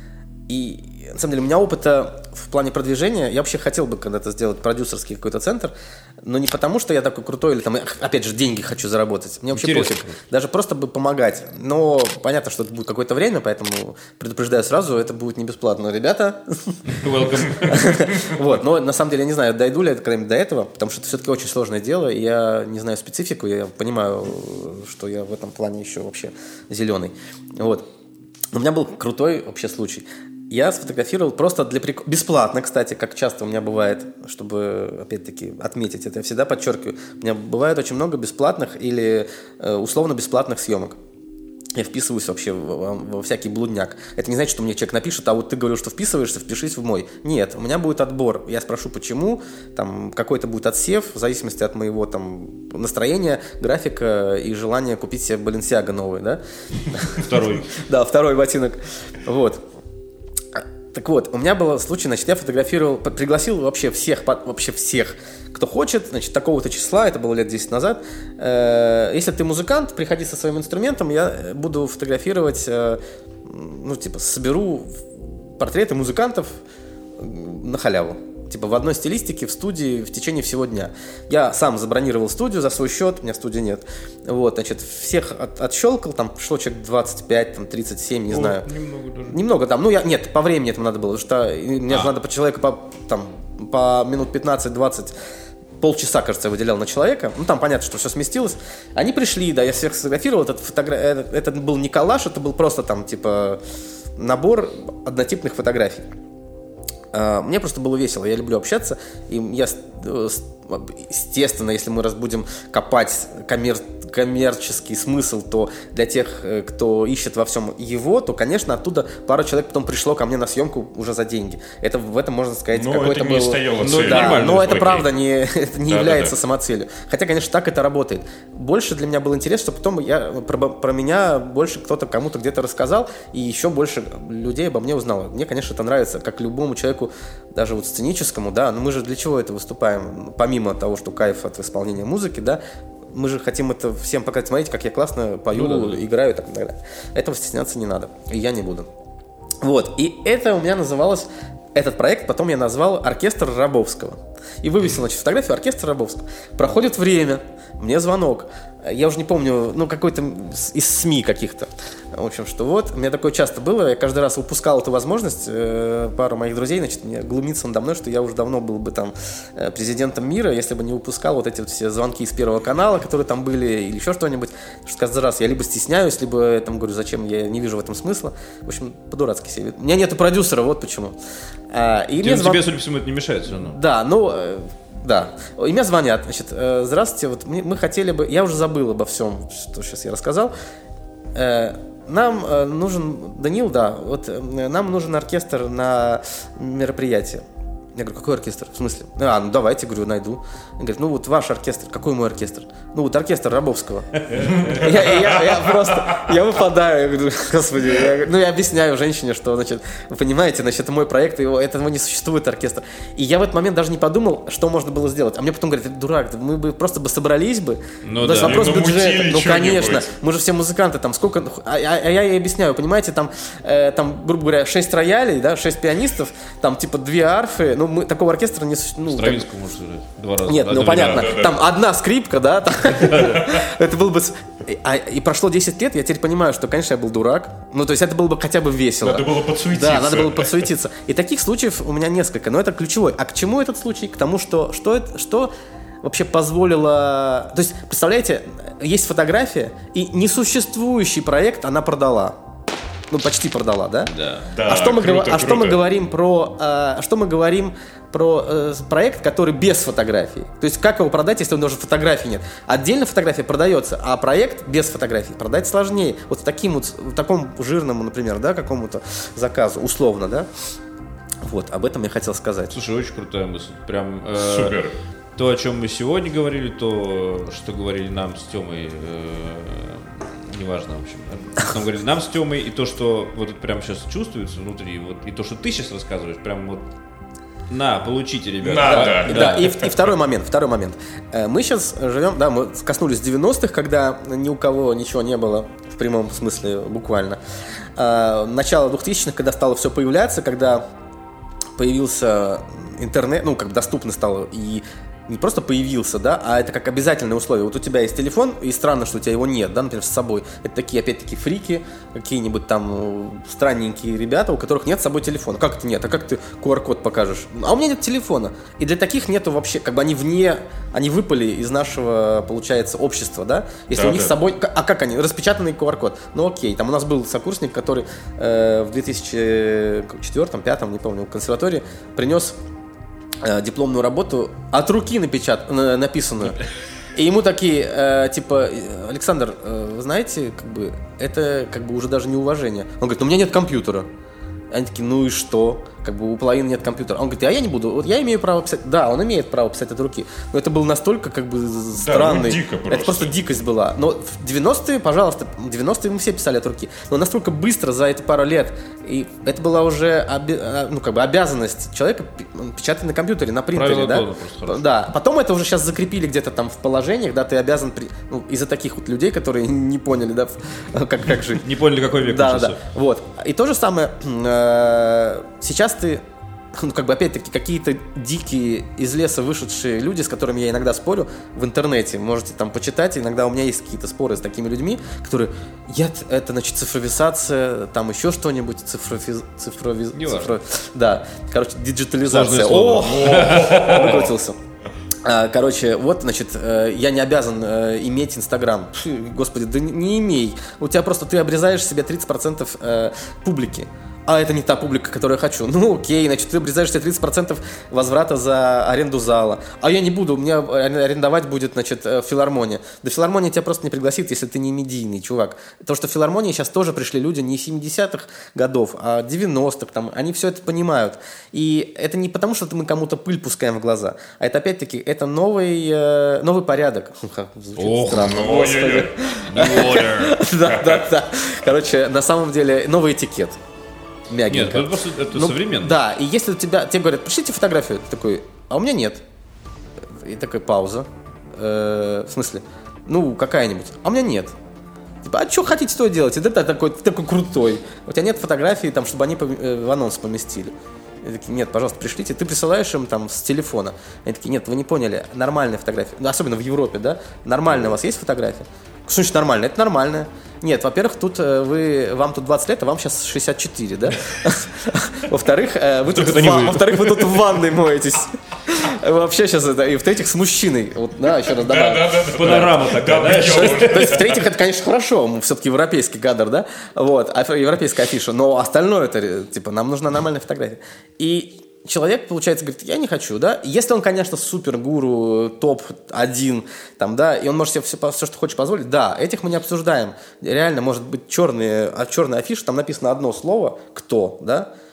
И, на самом деле, у меня опыта в плане продвижения, я вообще хотел бы когда-то сделать продюсерский какой-то центр, но не потому, что я такой крутой, или там, опять же, деньги хочу заработать. Мне вообще
интересно.
пофиг. Даже просто бы помогать. Но понятно, что это будет какое-то время, поэтому предупреждаю сразу, это будет не бесплатно. Ребята.
Welcome.
Вот, но на самом деле я не знаю, дойду ли я когда-нибудь до этого, потому что это все-таки очень сложное дело, и я не знаю специфику, я понимаю, что я в этом плане еще вообще зеленый. Вот. У меня был крутой вообще случай. Я сфотографировал просто для прикола. Бесплатно, кстати, как часто у меня бывает, чтобы, опять-таки, отметить это. Я всегда подчеркиваю. У меня бывает очень много бесплатных или э, условно-бесплатных съемок. Я вписываюсь вообще во, во всякий блудняк. Это не значит, что мне человек напишет, а вот ты говорил, что вписываешься, впишись в мой. Нет, у меня будет отбор. Я спрошу, почему, там какой-то будет отсев, в зависимости от моего там настроения, графика и желания купить себе Balenciaga новый, да?
Второй.
Да, второй ботинок. Вот. Так вот, у меня был случай, значит, я фотографировал, пригласил вообще всех, вообще всех, кто хочет, значит, такого-то числа, это было лет десять назад. Если ты музыкант, приходи со своим инструментом, я буду фотографировать, ну, типа, соберу портреты музыкантов на халяву. Типа в одной стилистике, в студии, в течение всего дня. Я сам забронировал студию за свой счет, у меня студии нет. Вот, значит, всех от, отщелкал, там пришло человек двадцать пять, там, тридцать семь, не О, знаю.
Немного даже.
Немного там, ну, я, нет, по времени этому надо было, потому что мне а. надо по человеку по, там, по минут пятнадцать-двадцать, полчаса, кажется, я выделял на человека. Ну, там понятно, что все сместилось. Они пришли, да, я всех сфотографировал, этот, фотогра... это, это был не коллаж, это был просто там, типа, набор однотипных фотографий. Мне просто было весело, я люблю общаться, и я, естественно, если мы раз будем копать коммер... коммерческий смысл, то для тех, кто ищет во всем его, то, конечно, оттуда пара человек потом пришло ко мне на съемку уже за деньги. Это в этом можно сказать,
но
какой-то
это не
был...
стояло
ну, да, но это правда не, это не
да,
является
да, да.
самоцелью. Хотя, конечно, так это работает. Больше для меня был интерес, что потом я, про, про меня больше кто-то кому-то где-то рассказал, и еще больше людей обо мне узнало. Мне, конечно, это нравится, как любому человеку, даже вот сценическому, да, но мы же для чего это выступаем? Помимо того, что кайф от исполнения музыки, да, мы же хотим это всем показать. Смотрите, как я классно пою, ну, да, да. играю и так далее. Этого стесняться не надо, и я не буду. Вот, и это у меня называлось, этот проект потом я назвал «Оркестр Рабовского». И вывесил, значит, фотографию «Оркестр Рабовского». Проходит время, мне звонок. Я уже не помню, ну, какой-то из СМИ каких-то. В общем, что вот, у меня такое часто было, я каждый раз упускал эту возможность. Пара моих друзей, значит, мне глумится надо мной, что я уже давно был бы там президентом мира, если бы не упускал вот эти вот все звонки из Первого канала, которые там были, или еще что-нибудь. Потому что каждый раз я либо стесняюсь, либо там говорю, зачем, я не вижу в этом смысла. В общем, по-дурацки себе. У меня нету продюсера, вот почему. И
тебе,
звон...
тебе, судя по всему, это не мешает все равно.
Да, ну... Да, и мне звонят, значит, здравствуйте, вот мы, мы хотели бы, я уже забыл обо всем, что сейчас я рассказал, нам нужен, Данил, да, вот нам нужен оркестр на мероприятие. Я говорю, какой оркестр? В смысле? А, ну давайте, говорю, найду. Он говорит, ну вот ваш оркестр. Какой мой оркестр? Ну вот оркестр Рабовского. Я просто, я выпадаю, я говорю, господи. Ну я объясняю женщине, что, значит, вы понимаете, значит, это мой проект, этого не существует оркестр. И я в этот момент даже не подумал, что можно было сделать. А мне потом говорят, дурак, мы бы просто бы собрались бы.
Ну
да. Вопрос бюджета. Ну конечно,
что-нибудь.
мы же все музыканты, там сколько. А, а, а я ей объясняю, понимаете, там, э, там, грубо говоря, шесть роялей, да, шесть пианистов, там типа две арфы. Ну, мы такого оркестра не существует. Ну,
Стравинского как... может играть два раза.
Нет,
да,
ну
да,
понятно.
да, да,
там одна скрипка, да. Это было бы. И прошло десять лет, я теперь понимаю, что, конечно, я был дурак. Ну, то есть это было бы хотя бы весело.
Надо было подсуетиться.
Да, надо было подсуетиться. И таких случаев у меня несколько, но это ключевой. А к чему этот случай? К тому, что что это, что вообще позволило... То есть, представляете, есть фотография, и несуществующий проект она продала. Ну, почти продала, да?
Да.
Да,
а что мы,
круто,
а что
круто.
мы говорим про, э, что мы говорим про э, проект, который без фотографий? То есть, как его продать, если у него уже фотографий нет? Отдельно фотография продается, а проект без фотографий продать сложнее. Вот в таким вот, в таком жирному, например, да, какому-то заказу, условно, да? Вот, об этом я хотел сказать.
Слушай, очень крутая мысль. Прям э,
Супер.
то, о чем мы сегодня говорили, то, что говорили нам с Тёмой, э, неважно, в общем. Да? Нам говорили нам с Тёмой, и то, что вот это прямо сейчас чувствуется внутри, вот, и то, что ты сейчас рассказываешь, прям вот на, получите, ребята.
Надо.
Да,
Да,
да.
и, и второй момент, второй момент. Э, Мы сейчас живем, да, мы коснулись девяностых, когда ни у кого ничего не было, в прямом смысле, буквально. Э, Начало двухтысячных, когда стало все появляться, когда появился интернет, ну, как бы доступно стало, и не просто появился, да, а это как обязательное условие. Вот у тебя есть телефон, и странно, что у тебя его нет, да, например, с собой. Это такие, опять-таки, фрики, какие-нибудь там странненькие ребята, у которых нет с собой телефона. Как это нет? А как ты ку ар код покажешь? А у меня нет телефона. И для таких нету вообще, как бы они вне, они выпали из нашего, получается, общества, да? Если
Да,
у них
да.
с собой, а как они? Распечатанный ку ар код. Ну окей, там у нас был сокурсник, который э, в две тысячи четвёртом-пятом, не помню, в консерватории принес дипломную работу от руки напечат... написанную. И ему такие, э, типа, Александр, э, вы знаете, как бы, это как бы уже даже не уважение. Он говорит, ну у меня нет компьютера. Они такие, ну и что? Как бы у половины нет компьютера. Он говорит, а я не буду, вот я имею право писать. Да, он имеет право писать от руки. Но это было настолько как бы странный.
ну, дико просто.
Это просто дикость была. Но в девяностые, пожалуйста, в девяностые мы все писали от руки. Но настолько быстро за эти пару лет. И это была уже оби- ну, как бы обязанность человека печатать на компьютере, на принтере.
Правило
Да?
Дона просто хорошо.
Да. Потом это уже сейчас закрепили где-то там в положениях, да, ты обязан, при... ну, из-за таких вот людей, которые не поняли, да, как, как жить.
Не поняли, какой век
Да,
начался.
да, вот. И то же самое, э, сейчас ты, ну, как бы, опять-таки, какие-то дикие из леса вышедшие люди, с которыми я иногда спорю в интернете, можете там почитать, иногда у меня есть какие-то споры с такими людьми, которые, я, это, значит, цифровизация, там еще что-нибудь, цифрови... цифрови...
Не важно.
цифро... Да, короче, диджитализация.
Сложное слово.
О, выкрутился. А, Короче, вот, значит, э, я не обязан э, иметь Инстаграм. Фу, Господи, да не, не имей. У тебя просто, ты обрезаешь себе тридцать процентов э, публики. А это не та публика, которую я хочу. Ну окей, значит, ты обрезаешь себе тридцать процентов возврата за аренду зала. А я не буду, у меня арендовать будет, значит, э, филармония. Да филармония тебя просто не пригласит, если ты не медийный, чувак. То, что в филармонии сейчас тоже пришли люди не семидесятых годов, а девяностых, там, они все это понимают. И это не потому, что мы кому-то пыль пускаем в глаза, а это, опять-таки, это новый, э, новый порядок. Звучит
Ох,
странно.
ну,
Господи. Да, да, да. Короче, на самом деле, новый этикет.
Нет,
Мягенько.
это просто это
Ну,
современно.
Да, и если у тебя, тебе говорят, пришлите фотографию, ты такой, а у меня нет. И такая пауза. Э, в смысле, ну, какая-нибудь. А у меня нет. Типа, а что хотите, то и делайте. Да, ты такой, ты такой крутой. У тебя нет фотографии, там, чтобы они пом- э, в анонс поместили. И такие, нет, пожалуйста, пришлите. Ты присылаешь им там с телефона. Они такие, нет, вы не поняли, нормальная фотография. Ну, особенно в Европе, да? Нормальная у вас есть фотография? Что значит нормально? Это нормально. Нет, во-первых, тут э, вы, вам тут двадцать лет, а вам сейчас шестьдесят четыре, да? Во-вторых, э, вы тут
это не
в ва-
вы.
во-вторых, вы тут в ванной моетесь. Вообще сейчас это, и в-третьих, с мужчиной. Вот, да, еще раз добавлю.
Панорама такая,
Да,
знаешь?
причем-
То есть, в-третьих, это, конечно, хорошо, мы все-таки европейский кадр, да, вот, аф- европейская афиша, но остальное это, типа, нам нужна нормальная фотография. И человек, получается, говорит, я не хочу, да, если он, конечно, супер-гуру, топ один, там, да, и он может себе все, все, что хочешь позволить, да, этих мы не обсуждаем. Реально, может быть, черные, а черная афиша, там написано одно слово, кто, да,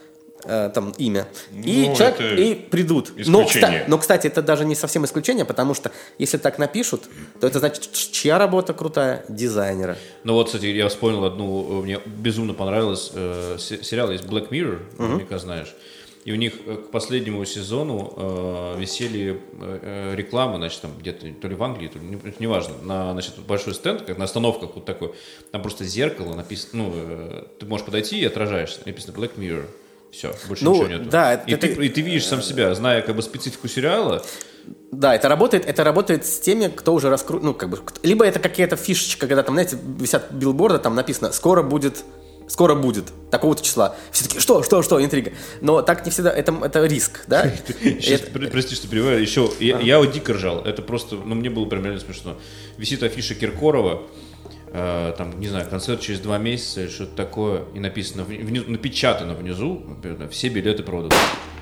э, там имя,
Ну,
и человек,
это
и придут. Но, кстати, но, кстати, это даже не совсем исключение, потому что если так напишут, то это значит, чья работа крутая? Дизайнера.
Ну вот, кстати, я вспомнил одну, мне безумно понравилось, э, сериал есть Black Mirror, uh-huh. наверняка знаешь. И у них к последнему сезону э, висели э, рекламы, значит, там где-то, то ли в Англии, то ли, не, неважно, на, значит, большой стенд, как на остановках вот такой, там просто зеркало написано, ну, э, ты можешь подойти и отражаешься, написано Black Mirror, все, больше ну, ничего нету.
Да,
и,
это,
ты, и ты видишь сам себя, зная как бы специфику сериала.
Да, это работает, это работает с теми, кто уже раскрут, ну, как бы, либо это какая-то фишечка, когда там, знаете, висят билборды, там написано «Скоро будет...» Скоро будет, такого-то числа. Все такие, что, что, что, интрига. Но так не всегда, это, это риск, да?
Сейчас, прости, что перебиваю, еще, я, я вот дико ржал, это просто, ну, мне было прям реально смешно. Висит афиша Киркорова, э, там, не знаю, концерт через два месяца или что-то такое, и написано, внизу, напечатано внизу, все билеты проданы.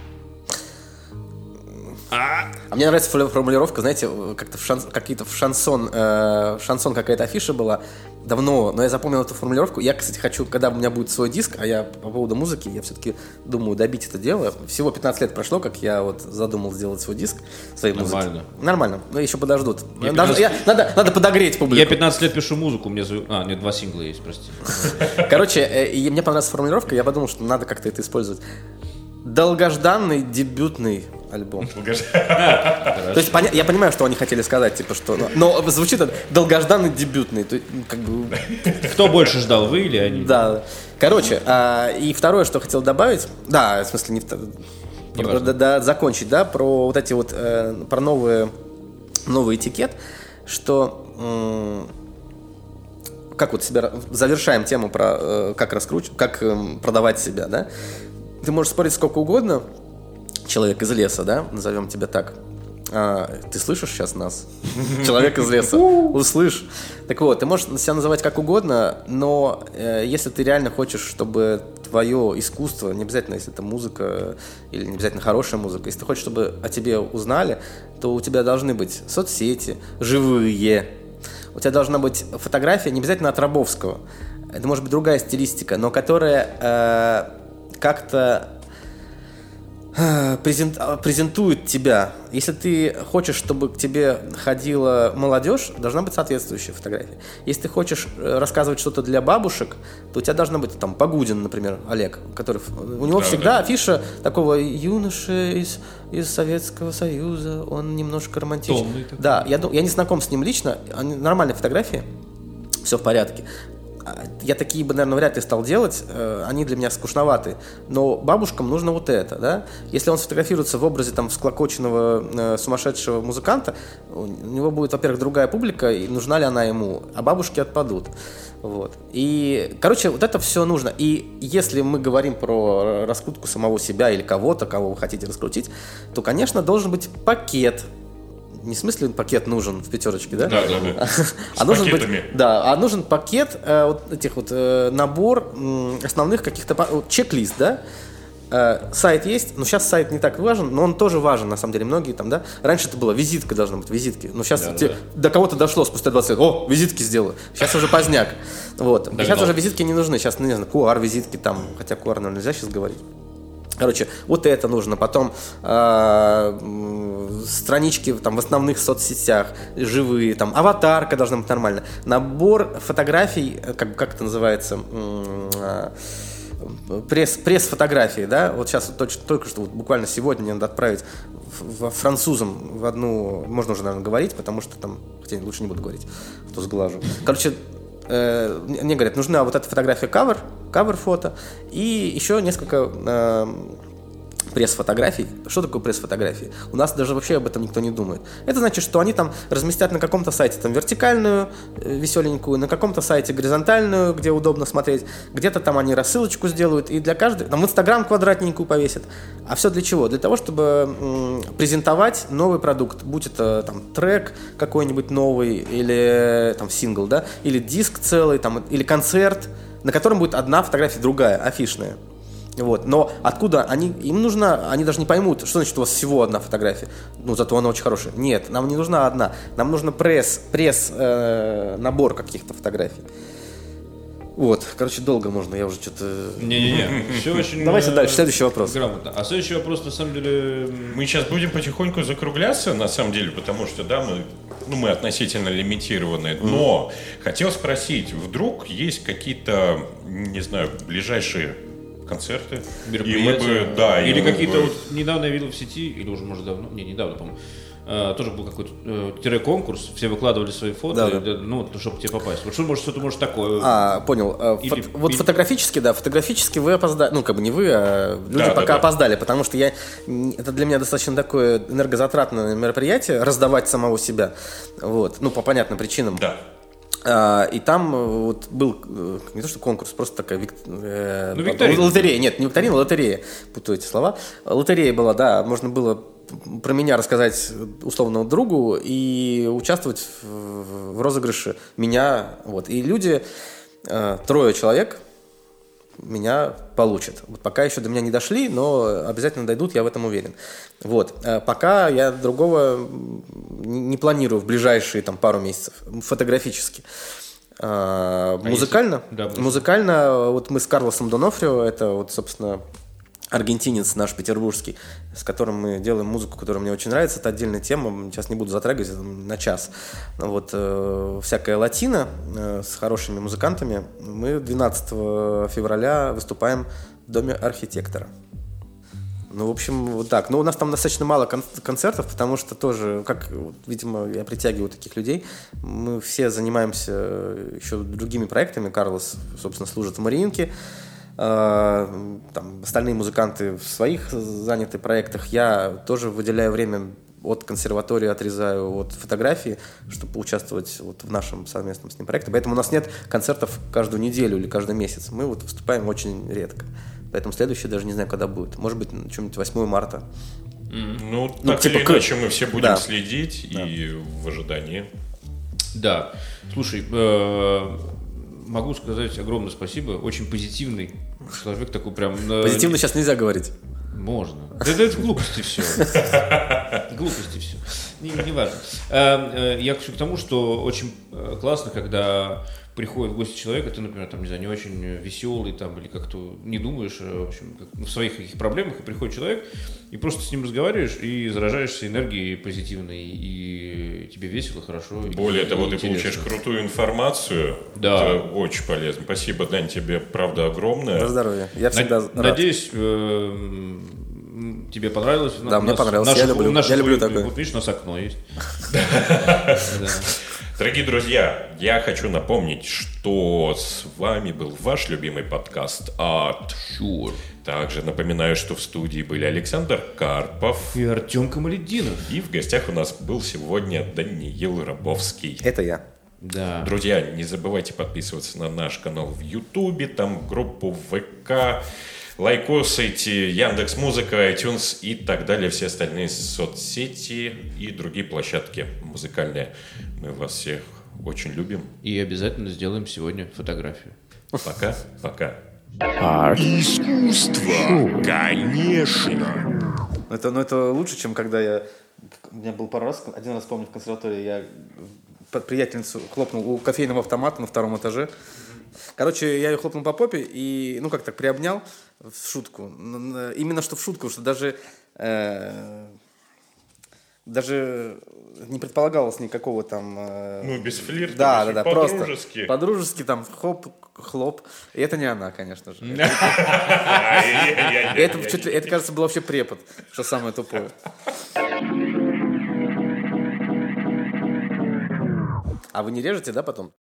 А, а мне нравится формулировка, знаете, как-то в шанс, какие-то в шансон, э, шансон какая-то афиша была давно, но я запомнил эту формулировку. Я, кстати, хочу, когда у меня будет свой диск, а я по поводу музыки, я все-таки думаю добить это дело. Всего пятнадцать лет прошло, как я вот задумал сделать свой диск своей музыки.
Нормально.
Нормально, но еще подождут.
Я
Даже,
пятнадцать...
я, надо, надо подогреть публику.
Я пятнадцать лет пишу музыку, мне зовут... А, нет, два сингла есть, прости.
Короче, э, и мне понравилась формулировка, я подумал, что надо как-то это использовать. Долгожданный дебютный альбом. То есть поня- я понимаю, что они хотели сказать, типа что, но, но звучит это долгожданный дебютный, то, как бы.
Кто больше ждал, вы или они?
Да. Короче, а, и второе, что хотел добавить, да, в смысле не, не про, да, да, закончить, да, про вот эти вот э, про новые новый этикет, что м- как вот себя завершаем тему про э, как раскручивать, как э, продавать себя, да. Ты можешь спорить сколько угодно, человек из леса, да, назовем тебя так. А, ты слышишь сейчас нас? Человек из леса. Услышь. Так вот, ты можешь себя называть как угодно, но э, если ты реально хочешь, чтобы твое искусство, не обязательно, если это музыка или не обязательно хорошая музыка, если ты хочешь, чтобы о тебе узнали, то у тебя должны быть соцсети, живые. У тебя должна быть фотография, не обязательно от Рабовского. Это может быть другая стилистика, но которая э, как-то презент, презентует тебя. Если ты хочешь, чтобы к тебе ходила молодежь, должна быть соответствующая фотография. Если ты хочешь рассказывать что-то для бабушек, то у тебя должна быть там Погудин, например, Олег, который у него да, всегда да. афиша такого юноши из, из Советского Союза, он немножко романтичный. Да, я, я не знаком с ним лично, нормальные фотографии, все в порядке. Я такие бы, наверное, вряд ли стал делать, они для меня скучноваты. Но бабушкам нужно вот это, да. Если он сфотографируется в образе там всклокоченного сумасшедшего музыканта, у него будет, во-первых, другая публика, и нужна ли она ему, а бабушки отпадут. Вот. И, короче, вот это все нужно. И если мы говорим про раскрутку самого себя или кого-то, кого вы хотите раскрутить, то, конечно, должен быть пакет. Не в смысле пакет нужен в пятерочке, да?
Да, да, да.
А нужен быть, да, а нужен пакет, э, вот этих вот э, набор э, основных каких-то вот, чек-лист, да? Э, сайт есть, но сейчас сайт не так важен, но он тоже важен, на самом деле, многие там, да? Раньше это было визитка должна быть, визитки, но сейчас да, те, да. до кого-то дошло спустя двадцать лет, о, визитки сделаю, сейчас уже поздняк, вот. Да, сейчас но... уже визитки не нужны, сейчас, ну, не знаю, ку ар-визитки там, хотя ку ар, наверное, нельзя сейчас говорить. Короче, вот это нужно. Потом э, странички там, в основных соцсетях, живые, там, аватарка должна быть нормальная. Набор фотографий, как, как это называется, э, пресс, пресс-фотографии, да? Вот сейчас вот, точно, только что, вот, буквально сегодня мне надо отправить в, в, французам в одну, можно уже, наверное, говорить, потому что там, хотя лучше не буду говорить, а то сглажу. Короче, э, мне говорят, нужна вот эта фотография кавер, кавер-фото и еще несколько э, пресс-фотографий. Что такое пресс-фотографии? У нас даже вообще об этом никто не думает. Это значит, что они там разместят на каком-то сайте там вертикальную, э, веселенькую, на каком-то сайте горизонтальную, где удобно смотреть, где-то там они рассылочку сделают, и для каждой, там в Инстаграм квадратненькую повесят. А все для чего? Для того, чтобы м, презентовать новый продукт, будь это там трек какой-нибудь новый, или там сингл, да, или диск целый, там, или концерт, на котором будет одна фотография, другая, афишная. Вот. Но откуда они, им нужно, они даже не поймут, что значит у вас всего одна фотография, ну зато она очень хорошая. Нет, нам не нужна одна, нам нужно пресс, пресс э, набор каких-то фотографий. Вот, короче, долго можно, я уже что-то...
Не-не-не, все очень...
Давайте дальше, следующий вопрос.
Грамотно. А следующий вопрос, на самом деле...
Мы сейчас будем потихоньку закругляться, на самом деле, потому что, да, мы, ну, мы относительно лимитированы. Но mm. хотел спросить, вдруг есть какие-то, не знаю, ближайшие концерты?
Мероприятия?
И мы бы, да,
или какие-то...
бы...
Вот, недавно я видел в сети, или уже, может, давно... Не, недавно, по-моему. Uh, тоже был какой-то uh, тире-конкурс, все выкладывали свои фото,
да, да.
ну, чтобы тебе попасть. Вот что может, что-то может такое?
А, понял. Или, Фот, вот или... фотографически, да, фотографически вы опоздали, ну, как бы не вы, а люди да, пока да, да. опоздали, потому что я, это для меня достаточно такое энергозатратное мероприятие, раздавать самого себя, вот, ну, по понятным причинам.
Да.
А, и там вот был не то что конкурс, просто такая вик... э,
ну, викторина.
лотерея, нет, не викторина, лотерея, путаю эти слова. Лотерея была, да, можно было про меня рассказать условному другу и участвовать в, в розыгрыше меня, вот. И люди, э, трое человек меня получат. Вот пока еще до меня не дошли, но обязательно дойдут, я в этом уверен. Вот. А пока я другого не планирую в ближайшие там, пару месяцев фотографически. А, а музыкально,
если... да,
музыкально, вот мы с Карлосом Донофрио, это вот, собственно, аргентинец наш петербургский, с которым мы делаем музыку, которая мне очень нравится. Это отдельная тема, сейчас не буду затрагивать, это на час. Вот, э, всякая латина э, с хорошими музыкантами. Мы двенадцатого февраля выступаем в Доме архитектора. Ну, в общем, вот так. Но у нас там достаточно мало кон- концертов, потому что тоже, как, видимо, я притягиваю таких людей. Мы все занимаемся еще другими проектами. Карлос, собственно, служит в Мариинке. Там, остальные музыканты в своих заняты проектах. Я тоже выделяю время от консерватории, отрезаю от фотографии, чтобы поучаствовать вот в нашем совместном с ним проекте. Поэтому у нас нет концертов каждую неделю или каждый месяц. Мы вот выступаем очень редко. Поэтому следующий даже не знаю, когда будет. Может быть, что-нибудь восьмое марта.
Mm. Ну, ну, так типа, или иначе мы все будем да. следить да. и в ожидании.
Да. Слушай, э- могу сказать огромное спасибо. Очень позитивный человек, такой прям...
Позитивно сейчас нельзя говорить.
Можно. Да это глупости все. Глупости все. Не, не важно. Я хочу к тому, что очень классно, когда приходит в гости человек, ты, например, там, не знаю, не очень веселый, там, или как-то не думаешь, в общем, как, в своих каких проблемах, и приходит человек, и просто с ним разговариваешь, и заражаешься энергией позитивной, и тебе весело, хорошо.
Более того, ты получаешь крутую информацию.
Да.
Это очень полезно. Спасибо, Дань, тебе, правда, огромное.
На здоровье. Я всегда
Над,
рад.
Надеюсь, э, тебе понравилось.
Да, мне понравилось. Я люблю, я люблю такое.
Вот видишь, у нас окно есть.
Дорогие друзья, я хочу напомнить, что с вами был ваш любимый подкаст «Art Sure». Также напоминаю, что в студии были Александр Карпов
и Артем Камалетдинов.
И в гостях у нас был сегодня Даниил Рабовский.
Это я.
Да.
Друзья, не забывайте подписываться на наш канал в Ютубе, там группу в ВК, лайкосайте Яндекс.Музыка, iTunes и так далее, все остальные соцсети и другие площадки музыкальные. Мы вас всех очень любим.
И обязательно сделаем сегодня фотографию.
Пока, пока.
Искусство, конечно.
Это, ну, это лучше, чем когда я... У меня был пару раз, один раз помню в консерватории, я под приятельницу хлопнул у кофейного автомата на втором этаже. Короче, я ее хлопнул по попе и, ну как так, приобнял в шутку. Именно что в шутку, что даже... Э, даже не предполагалось никакого там... Э,
ну, без флирта,
да, да, да,
по-дружески.
Просто по-дружески, там, хоп, хлоп. И это не она, конечно же. Это, кажется, был вообще препод, что самое тупое. А вы не режете, да, потом?